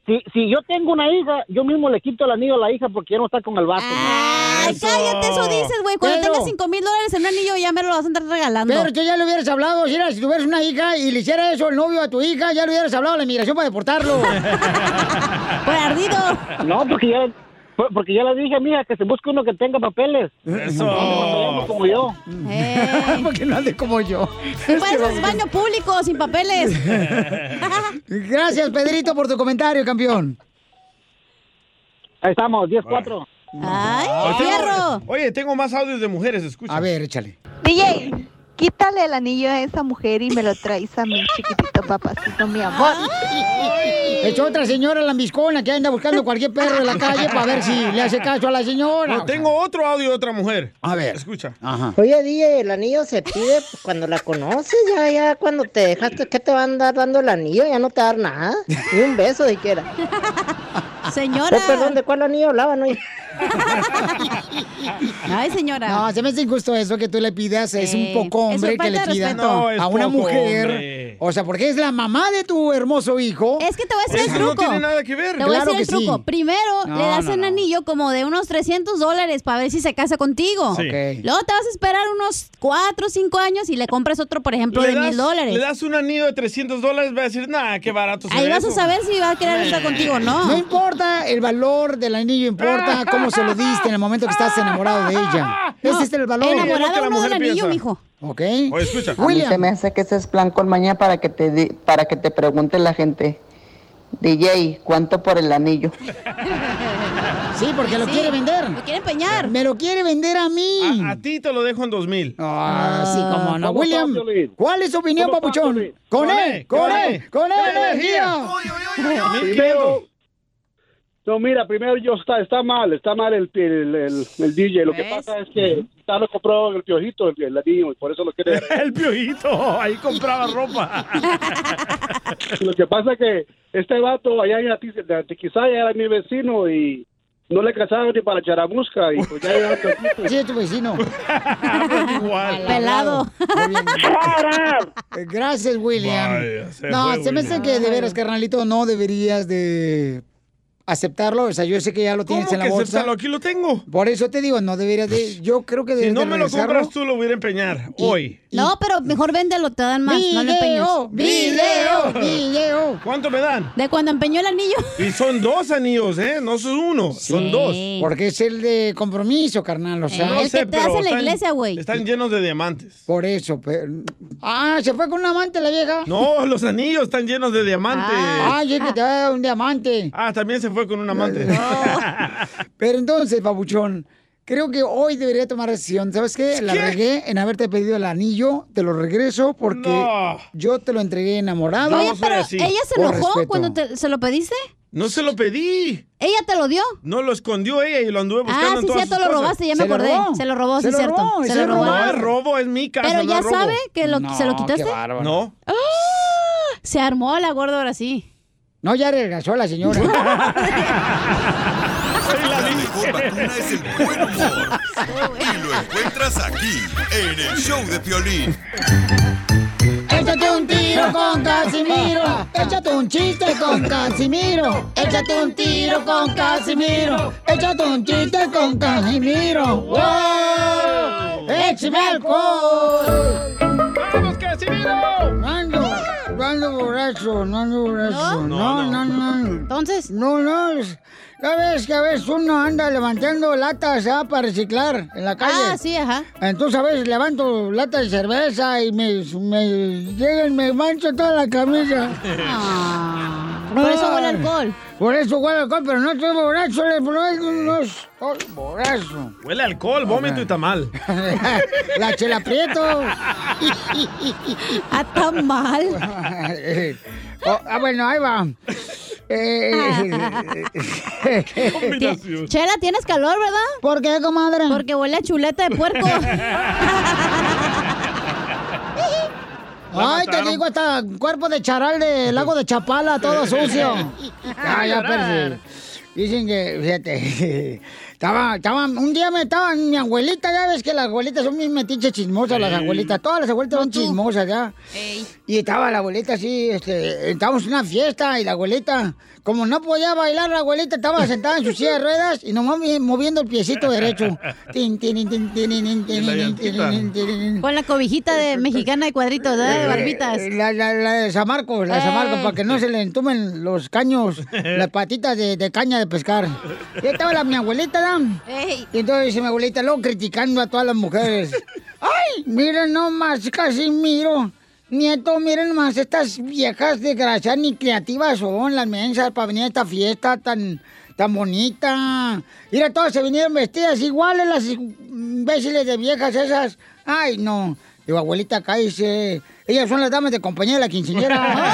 si yo tengo una hija, yo mismo le quito el anillo a la hija porque ya no está con el vato. Ay, cállate, eso dices, güey. Cuando tengas $5,000 en un anillo, ya me lo vas a andar regalando. Pero tú ya le hubieras hablado, si tuvieras una hija y le hiciera eso el novio a tu hija, ya le hubieras hablado a la inmigración para deportarlo. Por ardido. No, porque ya le dije a mi hija que se busque uno que tenga papeles. Eso. No como yo. Porque no ande como yo. Pareces baño público, sin papeles. Gracias, Pedrito, por tu comentario, campeón. Ahí estamos, 10-4. ¡Ay, fierro! Oye, tengo más audios de mujeres, escucha. A ver, échale. DJ, quítale el anillo a esa mujer y me lo traes a mi chiquitito papacito, mi amor. Es otra señora lambiscona que anda buscando cualquier perro de la calle para ver si le hace caso a la señora. No, tengo otro audio de otra mujer. A ver. Escucha. Ajá. Oye, DJ, el anillo se pide cuando la conoces, ya cuando te dejaste, ¿qué te va a andar dando el anillo? Ya no te va a dar nada, ni un beso siquiera. Señora. Perdón, ¿de cuál anillo hablaba? No? Ay, señora. No, se me hace injusto eso que tú le pidas. Es un poco hombre que le pida a una poco mujer. Hombre. O sea, porque es la mamá de tu hermoso hijo. Es que te voy a decir el truco. No tiene nada que ver. Te voy a decir el Claro que truco. sí. Primero, le das un anillo como de unos $300 para ver si se casa contigo. Sí. Ok. Luego te vas a esperar unos 4 o 5 años y le compras otro, por ejemplo, de $1,000. Le das un anillo de $300, va a decir, nah, qué barato se Ahí ve vas eso. a saber si va a querer estar contigo o no. No importa el valor del anillo, importa cómo se lo diste en el momento que estás enamorado de ella. Ese es el valor. Es lo que Enamorada la uno del mujer anillo, piensa. mijo. Ok. Oye, escucha. A mí se me hace que ese es plan con maña para que te pregunte la gente. DJ, ¿cuánto por el anillo? Sí, porque lo quiere vender. Lo quiere empeñar. Me lo quiere vender a mí. A ti te lo dejo en 2,000. Ah, sí, como no. ¿Cómo William, estás, Piolín? ¿cuál es tu opinión, ¿Cómo estás, papuchón? Piolín? Con él, con energía. 1,500. No, mira, primero está mal el DJ. Lo que pasa es que ya lo compró el Piojito, el anillo, y por eso lo quiere. El Piojito, ahí compraba ropa. Lo que pasa es que este vato allá en Atiquizá ya era mi vecino y no le casaba ni para charamusca y pues ya era poquito. Sí, es tu vecino. Igual. Pelado. Muy bien. Gracias, William. Vaya, Se me hace que de veras, carnalito, no deberías de aceptarlo. O sea, yo sé que ya lo tienes ¿Cómo en la que bolsa. acéptalo? Aquí lo tengo. Por eso te digo, no deberías de... Yo creo que Si deberías no de me lo regresarlo. compras tú, lo voy a empeñar hoy. No, pero mejor véndelo, te dan más. No lo empeñes. ¡Video! ¿Cuánto me dan? De cuando empeñó el anillo. Y son 2 anillos, ¿eh? No son 1, son 2. Porque es el de compromiso, carnal. O sea, No el sé, que te das pero en la están- iglesia, güey. Están llenos de diamantes. por eso. ¿se fue con un amante la vieja? No, los anillos están llenos de diamantes. Ay, es que te va a dar un diamante. Ah, también se fue con un amante. Pero entonces, papuchón, creo que hoy debería tomar decisión. ¿Sabes qué? La regué en haberte pedido el anillo. Te lo regreso porque No. yo te lo entregué enamorado. Oye, no soy pero así. ¿ella se Por enojó respeto. cuando se lo pediste? No se lo pedí. ¿Ella te lo dio? No lo escondió ella y lo anduve buscando Ah, en sí, todas cierto, sus lo cosas. robaste, ya me acordé. Se lo robó, sí, Se lo cierto. robó, Se se lo lo robó. robó. No es robo, es mi casa. Pero no ya es robo. sabe que se lo qué quitaste. bárbaro. No. ¡Ah! Se armó la gorda ahora sí. No, ya regresó la señora. La mejor vacuna es el buen humor. Y lo encuentras aquí, en el show de Piolín. Échate un tiro con Casimiro. Échate un chiste con Casimiro. Échate un tiro con Casimiro. Échate un chiste con Casimiro. ¡Wow! ¡Échame alcohol! ¡Vamos, Casimiro! No ando borracho, no ando borracho. No. Entonces. No. Ya ves que a veces uno anda levantando latas para reciclar en la calle. Ah, sí, ajá. Entonces a veces levanto latas de cerveza y me llegan, me mancho toda la camisa. Por eso huele alcohol. Por eso huele alcohol, pero no estoy borracho, no estoy borracho. Huele a alcohol, vómito y tamal. La Chela Prieto. A tamal. Bueno, ahí va. Combinación. Chela, ¿tienes calor, verdad? ¿Por qué, comadre? Porque huele a chuleta de puerco. Ay, te digo, hasta cuerpo de charal del lago de Chapala, todo sucio. Ya, espérate. Dicen que, fíjate, un día estaba mi abuelita, ya ves que las abuelitas son bien metiches chismosas, las abuelitas, todas las abuelitas son chismosas, ¿ya? Y estaba la abuelita así, estábamos en una fiesta y la abuelita, como no podía bailar, la abuelita estaba sentada en su silla de ruedas y nomás moviendo el piecito derecho. Con la cobijita de mexicana de cuadritos, de barbitas. La de San Marcos, para que no se le entumen los caños, las patitas de caña de pescar. Y estaba mi abuelita, ¿no? Y entonces dice mi abuelita, luego criticando a todas las mujeres. ¡Ay! Miren nomás, Casimiro. Nieto, miren nomás, estas viejas desgraciadas ni creativas son las mensas para venir a esta fiesta tan bonita. Mira, todas se vinieron vestidas iguales, las imbéciles de viejas esas. Ay, no. Digo, abuelita, cállese. Ellas son las damas de compañía de la quinceañera.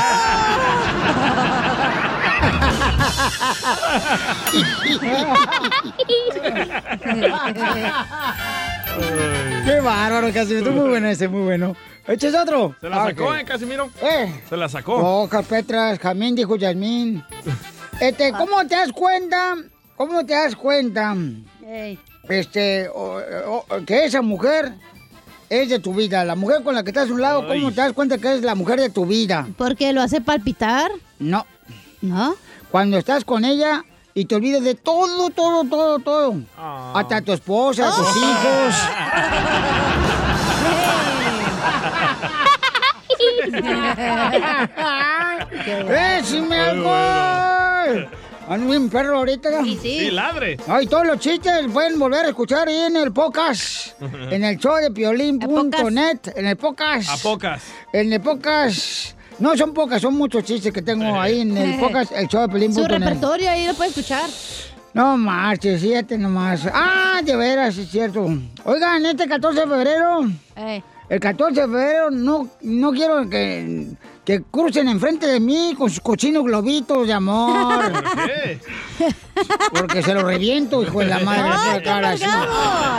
Qué bárbaro, Casimiro. Muy bueno ese, muy bueno. ¿Eches otro? ¿Se la sacó, Casimiro? Se la sacó. Hojas, Petras, Jamín, dijo Yasmín. ¿Cómo te das cuenta? ¿Cómo te das cuenta? Que esa mujer es de tu vida. La mujer con la que estás a un lado, ¿cómo te das cuenta que es la mujer de tu vida? ¿Porque lo hace palpitar? No. ¿No? Cuando estás con ella y te olvidas de todo. Hasta tu esposa, tus hijos. ¡Échame alcohol! Ando bien perro ahorita. Sí, ladre. Ay, todos los chistes pueden volver a escuchar ahí en el podcast. En el show de piolín.net. En el podcast. A pocas. En el podcast. No son pocas, son muchos chistes que tengo ahí en el podcast, el show de piolín.net. Su repertorio ahí lo puede escuchar. No marches, fíjate nomás. Ah, de veras, es cierto. Oigan, este 14 de febrero... El 14 de febrero no quiero que crucen enfrente de mí con sus cochinos globitos de amor. ¿Por qué? Porque se lo reviento, hijo de la madre. ¡Ay, qué amargado!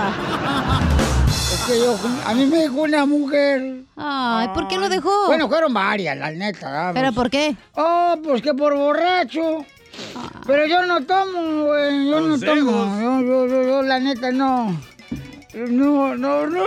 Es que a mí me dejó una mujer. Ay, ¿por qué lo dejó? Bueno, fueron varias, la neta. Vamos. ¿Pero por qué? Oh, pues que por borracho. Pero yo no tomo, güey. Yo no tomo. Yo la neta no. No tomo.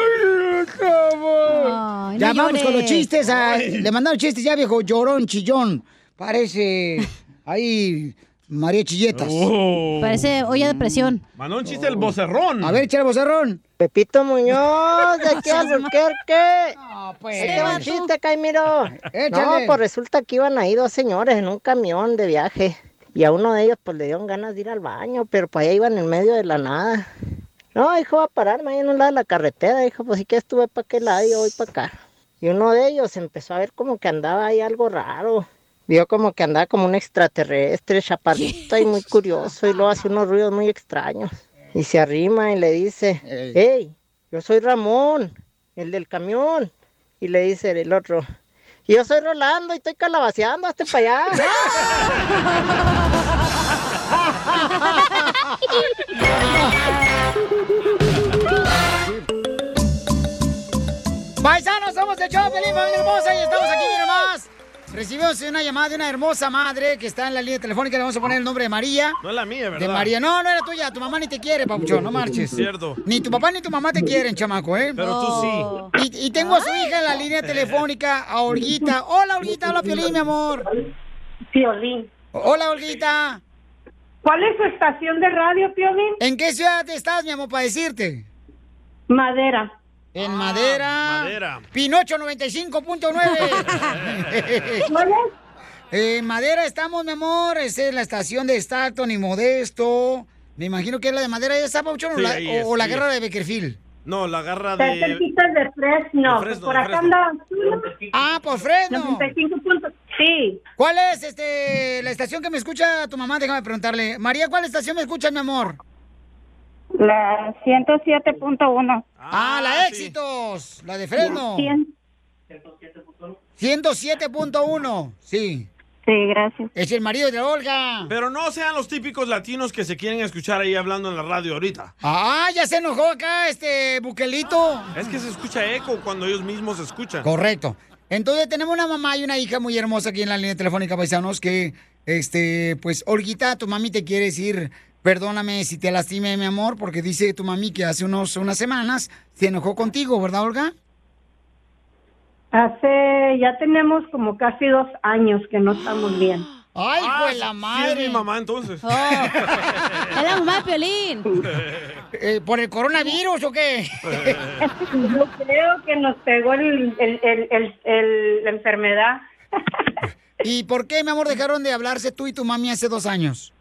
Ya vamos con los chistes. Le mandaron chistes ya, viejo llorón, chillón. Parece ahí María Chilletas. Parece olla de presión. Mandó un chiste el vocerrón. A ver, echa el vocerrón. Pepito Muñoz, de aquí al Albuquerque. No, pues. Este va un chiste, Caimiro. No, pues resulta que iban ahí dos señores en un camión de viaje. Y a uno de ellos, pues, le dieron ganas de ir al baño, pero pues allá iban en medio de la nada. No, dijo, va a pararme ahí en un lado de la carretera. Dijo, pues sí que estuve para aquel lado y yo voy para acá. Y uno de ellos empezó a ver como que andaba ahí algo raro. Vio como que andaba como un extraterrestre, chaparrito y muy curioso. Y luego hace unos ruidos muy extraños. Y se arrima y le dice, hey, yo soy Ramón, el del camión. Y le dice el otro, y yo soy Rolando y estoy calabaceando, hazte para allá. Paisanos, somos el show Pelín, familia hermosa, y estamos aquí, miren más. Recibimos una llamada de una hermosa madre que está en la línea telefónica. Le vamos a poner el nombre de María. No es la mía, ¿verdad? De María. No era tuya. Tu mamá ni te quiere, papuchón. No marches. Cierto. Ni tu papá ni tu mamá te quieren, chamaco, ¿eh? Pero tú sí. Y tengo a su hija en la línea telefónica, a Olguita. Hola, Olguita. Hola, Piolín, mi amor. Piolín. Hola, Olguita. ¿Cuál es su estación de radio, Piolín? ¿En qué ciudad estás, mi amor, para decirte? Madera. En Madera. Pinocho 95.9. En Madera estamos, mi amor. Esa es la estación de Stockton y Modesto. Me imagino que es la de Madera. ¿Ya está, Pauchón? Sí, o la guerra de Beckerfield. No, la garra de... Cerquitas de Fresno. Por acá anda. Por Fresno. 95 puntos. Sí. ¿Cuál es la estación que me escucha tu mamá? Déjame preguntarle. María, ¿cuál estación me escucha, mi amor? La 107.1. La Éxitos. La de Fresno. 107.1. Sí. Sí, gracias. Es el marido de Olga. Pero no sean los típicos latinos que se quieren escuchar ahí hablando en la radio ahorita. Ya se enojó acá Buquelito. Es que se escucha eco cuando ellos mismos se escuchan. Correcto. Entonces tenemos una mamá y una hija muy hermosa aquí en la línea telefónica, paisanos, que pues, Olguita, tu mami te quiere decir, perdóname si te lastimé, mi amor, porque dice tu mami que hace unas semanas se enojó contigo, ¿verdad, Olga? Ya tenemos como casi 2 años que no estamos bien. ¡Ay, pues la madre! Sí, es mi mamá, entonces. Es la mamá de Piolín. ¿Por el coronavirus o qué? Yo creo que nos pegó la enfermedad. ¿Y por qué, mi amor, dejaron de hablarse tú y tu mami hace 2 años?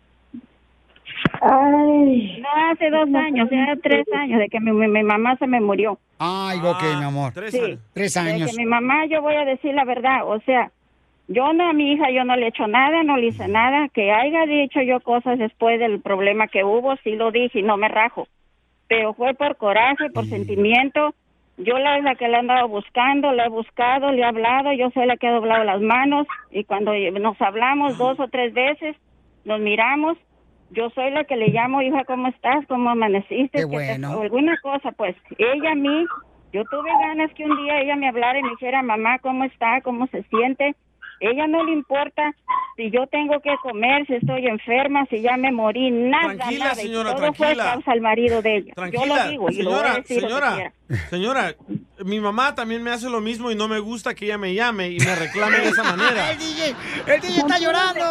Ay. No, hace 2 años, ya 3 años de que mi mamá se me murió. Ay, ok, mi amor. 3 años. De que mi mamá, yo voy a decir la verdad, o sea, yo no, a mi hija yo no le he hecho nada, no le hice nada, que haya dicho yo cosas después del problema que hubo, sí lo dije y no me rajo, pero fue por coraje, por sentimiento. Yo la que le he andado buscando, la he buscado, le he hablado, yo soy la que he doblado las manos, y cuando nos hablamos 2 o 3 veces, nos miramos, yo soy la que le llamo, hija, ¿cómo estás? ¿Cómo amaneciste? Qué bueno. O alguna cosa, pues, ella a mí, yo tuve ganas que un día ella me hablara y me dijera, mamá, ¿cómo está? ¿Cómo se siente? Ella no le importa si yo tengo que comer, si estoy enferma, si ya me morí, nada, Tranquila, nada. señora, y todo tranquila. fue causa al marido de ella. Tranquila, yo lo digo y lo voy a decir lo que quiera. señora, mi mamá también me hace lo mismo y no me gusta que ella me llame y me reclame de esa manera. El DJ está llorando.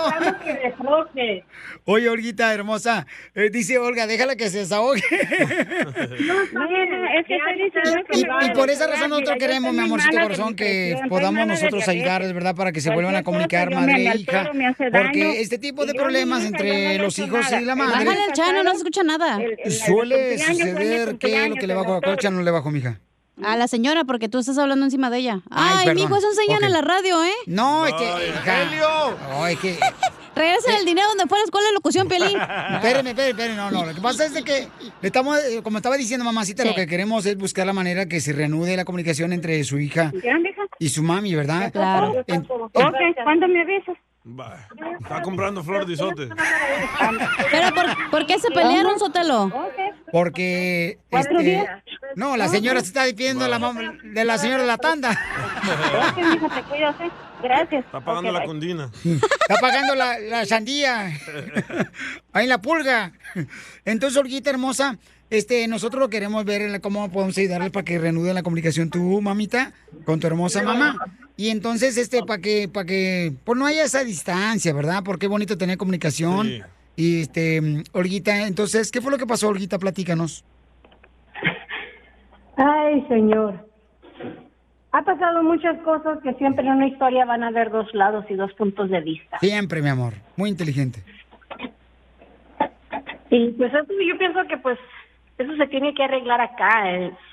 Oye, Olguita, hermosa, dice Olga, déjala que se desahogue. No, es que estoy diciendo que y por esa razón nosotros queremos, mi amorcito corazón, que podamos nosotros ayudarles, ¿verdad? Para que se vuelvan a comunicar madre e hija. Porque este tipo de problemas entre los hijos y la madre... Bájale el Chano, no se escucha nada. Suele suceder que lo que le bajo a ¿cuál Chano le bajo, mija? A la señora, porque tú estás hablando encima de ella. Ay, perdón. mijo, es un señor en la radio, ¿eh? No, es que... No, es que... Regresen el dinero donde fue la escuela de locución, Piolín. Espérame, no. Lo que pasa es de que le estamos, como estaba diciendo mamacita, lo que queremos es buscar la manera que se reanude la comunicación entre su hija y su mami, ¿verdad? Claro. ¿Cuándo me avisas? Está comprando flor de isote. Pero ¿por qué se pelearon, Sotelo? Porque no, la señora se está despidiendo de la señora de la tanda. Te cuidas, gracias. Está pagando la condina. Está pagando la sandía. Ahí en la pulga. Entonces, Olguita hermosa, nosotros lo queremos ver cómo podemos ayudarle para que reanuden la comunicación tu mamita con tu hermosa mamá. Y entonces, para que pues no haya esa distancia, ¿verdad? Porque es bonito tener comunicación. Sí. Y Olguita, entonces, ¿qué fue lo que pasó, Olguita? Platícanos. Ay, señor. Ha pasado muchas cosas que siempre en una historia van a haber 2 lados y 2 puntos de vista. Siempre, mi amor. Muy inteligente. Y pues eso, yo pienso que pues eso se tiene que arreglar acá.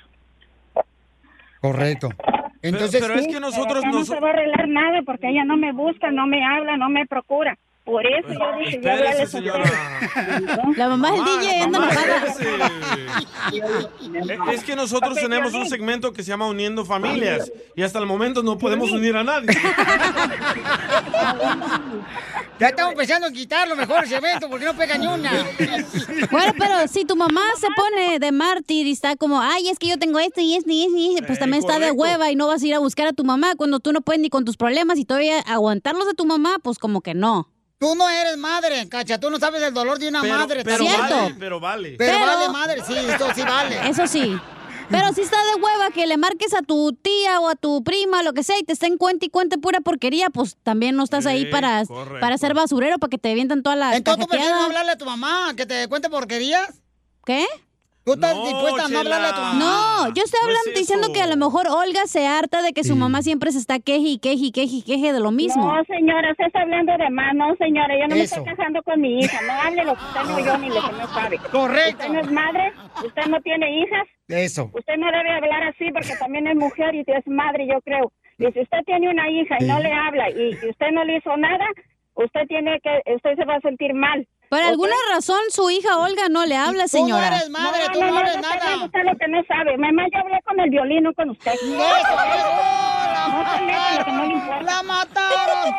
Correcto. Entonces, pero es que nosotros no se va a arreglar nada porque ella no me busca, no me habla, no me procura. Por eso yo dije, yo hablé a señora. La mamá del DJ anda enojada. Es que nosotros tenemos un segmento que se llama Uniendo Familias y hasta el momento no podemos unir a nadie. Ya estamos pensando en quitarlo mejor ese evento porque no pega ni una. Bueno, pero si tu mamá se pone de mártir y está como, ay, es que yo tengo esto y esto y esto, y esto, pues también está de hueva y no vas a ir a buscar a tu mamá cuando tú no puedes ni con tus problemas y todavía aguantarlos de tu mamá, pues como que no. Tú no eres madre, Cacha, tú no sabes el dolor de una madre. Pero ¿cierto? Vale. Pero vale madre, sí, esto sí vale. Eso sí. Pero si está de hueva que le marques a tu tía o a tu prima, lo que sea, y te estén cuenta y cuente pura porquería, pues también no estás ahí para ser basurero, para que te avientan toda la Entonces tú prefieres no hablarle a tu mamá, que te cuente porquerías. ¿Qué? ¿Tú estás dispuesta a no hablarle a tu mamá? No, yo estoy hablando, diciendo que a lo mejor Olga se harta de que su mamá siempre se está queje de lo mismo. No, señora, usted está hablando de más. No, señora, yo no me estoy casando con mi hija. No hable lo que usted no yo ni lo que no sabe. Correcto. Usted no es madre, usted no tiene hijas. Eso. Usted no debe hablar así porque también es mujer y es madre, yo creo. Y si usted tiene una hija y no le habla y usted no le hizo nada, usted se va a sentir mal. Por alguna razón su hija Olga no le habla, señora. Tú no eres madre, tú no eres nada. Usted lo que no sabe. Mamá, yo hablé con el violín, no con usted. La mataron.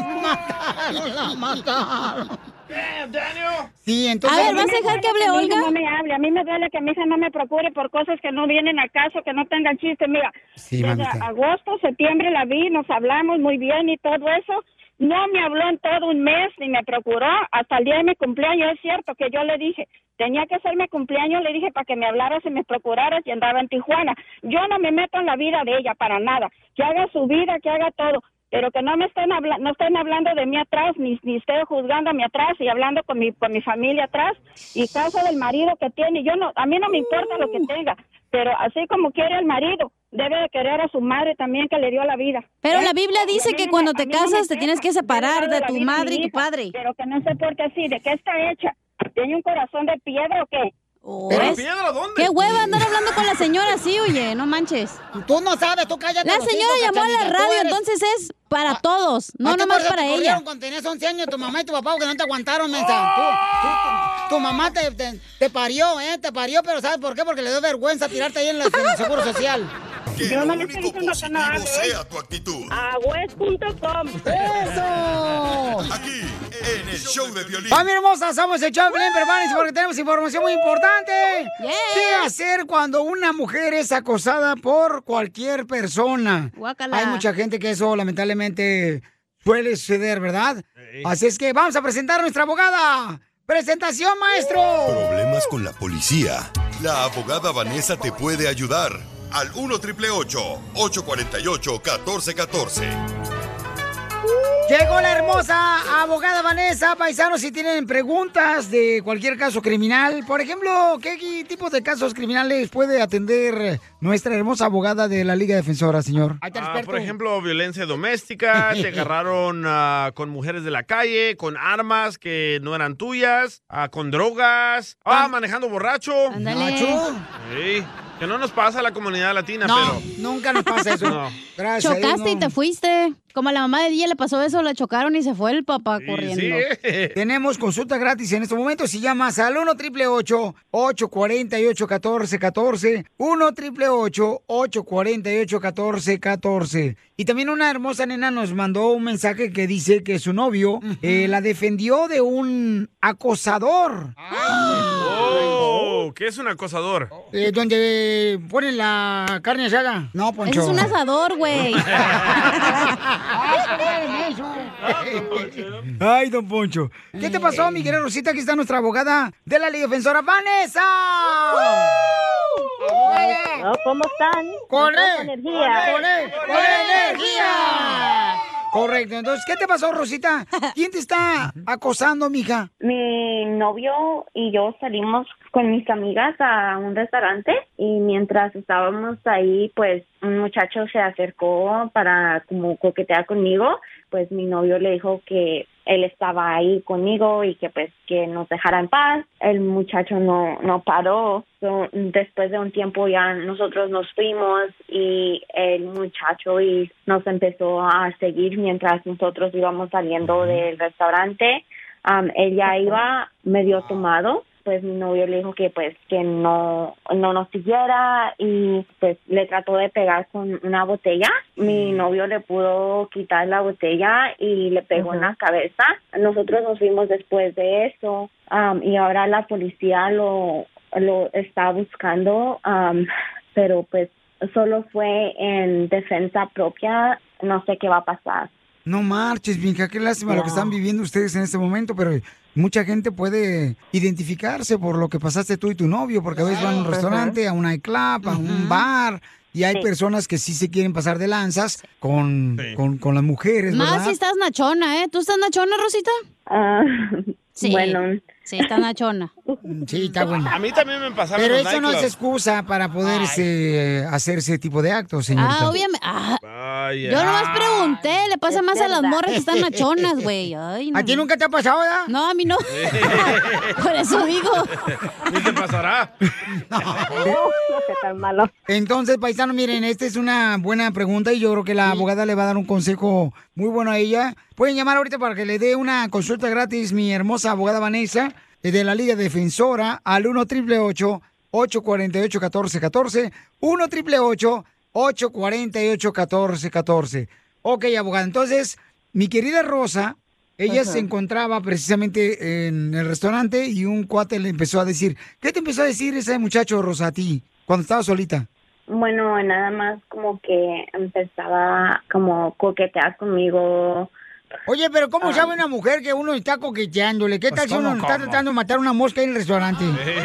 Daniel. Sí, entonces. A ver, ¿vas a dejar que hable Olga? No me hable. A mí me duele que mi hija no me procure por cosas que no vienen a caso, que no tengan chiste. Mira, sí, desde agosto, septiembre la vi, nos hablamos muy bien y todo eso. No me habló en todo un mes, ni me procuró hasta el día de mi cumpleaños. Es cierto que yo le dije, tenía que ser mi cumpleaños, le dije para que me hablaras y me procuraras y andaba en Tijuana. Yo no me meto en la vida de ella para nada. Que haga su vida, que haga todo. Pero que no me estén hablando de mí atrás, ni estén juzgando a mí atrás y hablando con mi familia atrás y causa del marido que tiene. A mí no me importa lo que tenga, pero así como quiere el marido, debe de querer a su madre también que le dio la vida. Pero la Biblia dice que cuando te casas te tienes que separar de tu madre y tu padre. Pero que no sé por qué así, ¿de qué está hecha? ¿Tiene un corazón de piedra o qué? ¿Pero piedra dónde? ¿Qué hueva andar hablando con la señora así, oye? No manches. Tú no sabes, tú cállate. La señora llamó a la radio, entonces es para todos, no nomás para ella. Cuando tenías 11 años, tu mamá y tu papá, que no te aguantaron, mensa. Tu mamá te parió, te parió, pero ¿sabes por qué? Porque le dio vergüenza tirarte ahí en el Seguro Social. Que Yo lo no le único estoy diciendo que no positivo hable. sea tu actitud. Agüez.com. ¡Eso! Aquí, en el show de Piolín. ¡Familia hermosa! Somos el show de Piolín, prepárense porque tenemos información muy importante. Yeah. ¿Qué hacer cuando una mujer es acosada por cualquier persona? Guácala. Hay mucha gente que eso lamentablemente suele suceder, ¿verdad? Sí. Así es que vamos a presentar a nuestra abogada. ¡Presentación, maestro! Problemas con la policía. La abogada Vanessa te puede ayudar. Al 1-888-848-1414. Llegó la hermosa abogada Vanessa. Paisanos, si tienen preguntas de cualquier caso criminal, por ejemplo, ¿qué tipo de casos criminales puede atender nuestra hermosa abogada de la Liga Defensora, señor? Por ejemplo, violencia doméstica, te agarraron con mujeres de la calle, con armas que no eran tuyas, con drogas, manejando borracho. Ándale. Sí. Que no nos pasa a la comunidad latina, No, pero... nunca nos pasa eso. No. Gracias a Dios, Chocaste y no. te fuiste. Como a la mamá de Día le pasó eso, la chocaron y se fue el papá Sí, corriendo. sí. Tenemos consulta gratis en este momento. Si llamas al 1-888-848-1414, 1-888-848-1414. Y también una hermosa nena nos mandó un mensaje que dice que su novio la defendió de un acosador. Oh, ¿qué es un acosador? Donde ponen la carne asada. No, Poncho. Ese es un asador, güey. Ay, don Poncho. ¿Qué te pasó, mi querida Rosita? Aquí está nuestra abogada de la Liga Defensora, Vanessa. ¿Cómo están? ¡Con energía. energía! Correcto. Entonces, ¿qué te pasó, Rosita? ¿Quién te está acosando, mija? Mi novio y yo salimos con mis amigas a un restaurante y mientras estábamos ahí, pues un muchacho se acercó para como coquetear conmigo. Pues mi novio le dijo que él estaba ahí conmigo y que pues que nos dejara en paz. El muchacho no paró. Después de un tiempo ya nosotros nos fuimos y el muchacho nos empezó a seguir mientras nosotros íbamos saliendo del restaurante. Él ya iba medio tomado. Pues mi novio le dijo que pues que no nos siguiera y pues le trató de pegar con una botella. Mi novio le pudo quitar la botella y le pegó en la cabeza. Nosotros nos fuimos después de eso y ahora la policía lo está buscando, pero pues solo fue en defensa propia. No sé qué va a pasar. No marches, mija, qué lástima lo que están viviendo ustedes en este momento, pero mucha gente puede identificarse por lo que pasaste tú y tu novio, porque a veces van a un restaurante, a un nightclub, a un bar, y hay personas que sí se quieren pasar de lanzas con las mujeres, ¿verdad? Más si estás nachona, ¿eh? ¿Tú estás nachona, Rosita? Sí. Bueno. Sí, está nachona. Sí, está bueno. A mí también me pasaba. Pero en los eso no es nightclubs. excusa para poder hacer ese tipo de actos, señorita. Obviamente. Vaya. Yo nomás pregunté, le pasa Es más a las verdad. morras que están nachonas, güey. Ay, no. ¿A ti nunca te ha pasado, verdad? No, a mí no. Por eso digo. Ni te pasará. No sé tan malo. Entonces, paisano, miren, esta es una buena pregunta y yo creo que la abogada le va a dar un consejo muy bueno a ella. Pueden llamar ahorita para que le dé una consulta gratis mi hermosa abogada Vanessa de la Liga Defensora al 1-888-848-1414, 1-888-848-1414. Ok, abogada, entonces, mi querida Rosa, ella se encontraba precisamente en el restaurante y un cuate le empezó a decir, ¿qué te empezó a decir ese muchacho, Rosa, a ti, cuando estabas solita? Bueno, nada más como que empezaba como coquetear conmigo, Oye, pero ¿cómo sabe una mujer que uno está coqueteándole? ¿Qué tal si uno está tratando de matar una mosca en el restaurante?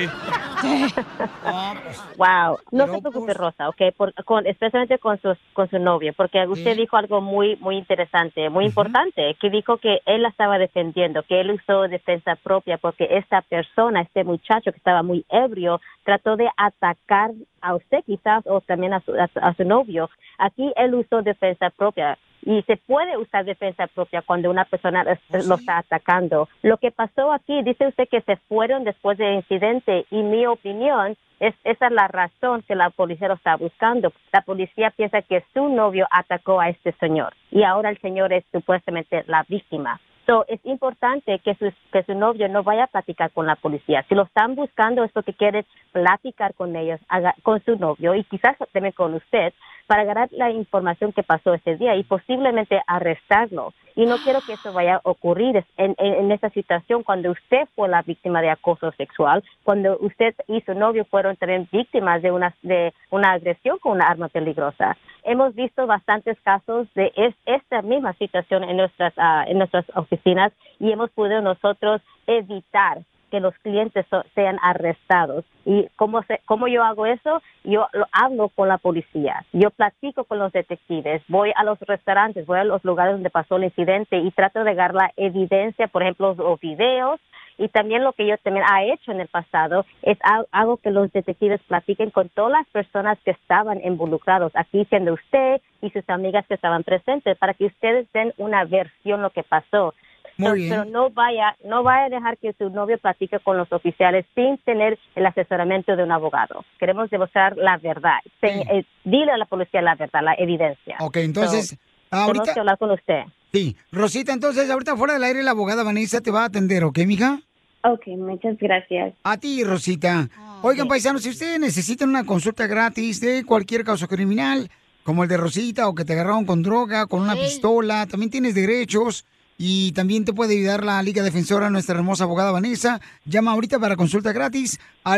Wow, no se preocupe, Rosa, ¿ok? Especialmente con su novio, porque usted dijo algo muy interesante, muy importante, que dijo que él la estaba defendiendo, que él usó defensa propia porque esta persona, este muchacho que estaba muy ebrio, trató de atacar a usted quizás o también a su novio. Aquí él usó defensa propia. Y se puede usar defensa propia cuando una persona lo está atacando. Lo que pasó aquí, dice usted que se fueron después del incidente, y mi opinión esa es la razón que la policía lo está buscando. La policía piensa que su novio atacó a este señor y ahora el señor es supuestamente la víctima. Es importante que su novio no vaya a platicar con la policía. Si lo están buscando es porque quieren platicar con ellos, con su novio y quizás también con usted, para agarrar la información que pasó ese día y posiblemente arrestarlo. Y no quiero que eso vaya a ocurrir en esa situación cuando usted fue la víctima de acoso sexual, cuando usted y su novio fueron también víctimas de una agresión con una arma peligrosa. Hemos visto bastantes casos de esta misma situación en nuestras oficinas y hemos podido nosotros evitar que los clientes sean arrestados. ¿Y cómo yo hago eso? Yo lo hablo con la policía, yo platico con los detectives, voy a los restaurantes, voy a los lugares donde pasó el incidente y trato de agarrar la evidencia, por ejemplo, los videos, y también lo que yo también he hecho en el pasado es hago que los detectives platiquen con todas las personas que estaban involucrados, aquí siendo usted y sus amigas que estaban presentes, para que ustedes den una versión de lo que pasó. Pero no vaya a dejar que su novio platique con los oficiales sin tener el asesoramiento de un abogado. Queremos demostrar la verdad. Dile a la policía la verdad, la evidencia. Ok, entonces, ahorita tenemos que hablar con usted. Sí, Rosita, entonces ahorita fuera del aire la abogada Vanessa te va a atender, ¿ok, mija? Ok, muchas gracias. A ti, Rosita. Oigan, paisanos, si ustedes necesitan una consulta gratis de cualquier caso criminal, como el de Rosita, o que te agarraron con droga, con una pistola, también tienes derechos. Y también te puede ayudar la Liga Defensora, nuestra hermosa abogada Vanessa. Llama ahorita para consulta gratis al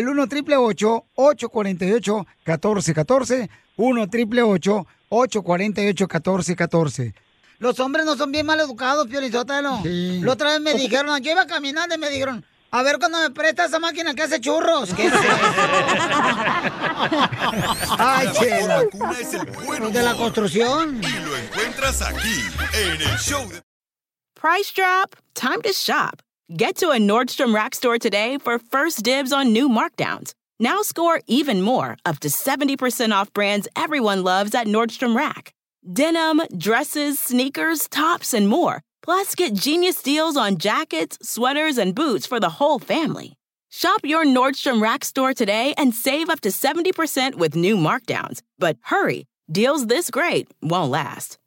1-888-848-1414. 1-888-848-1414. Los hombres no son bien mal educados, Pio Lizotelo. Sí. La otra vez me dijeron, yo iba caminando y me dijeron, a ver cuando me presta esa máquina que hace churros. ¿Qué es eso? Ay, chela. Es el bueno de la construcción. Y lo encuentras aquí, en el show de... Price drop? Time to shop. Get to a Nordstrom Rack store today for first dibs on new markdowns. Now score even more, up to 70% off brands everyone loves at Nordstrom Rack. Denim, dresses, sneakers, tops, and more. Plus, get genius deals on jackets, sweaters, and boots for the whole family. Shop your Nordstrom Rack store today and save up to 70% with new markdowns. But hurry, deals this great won't last.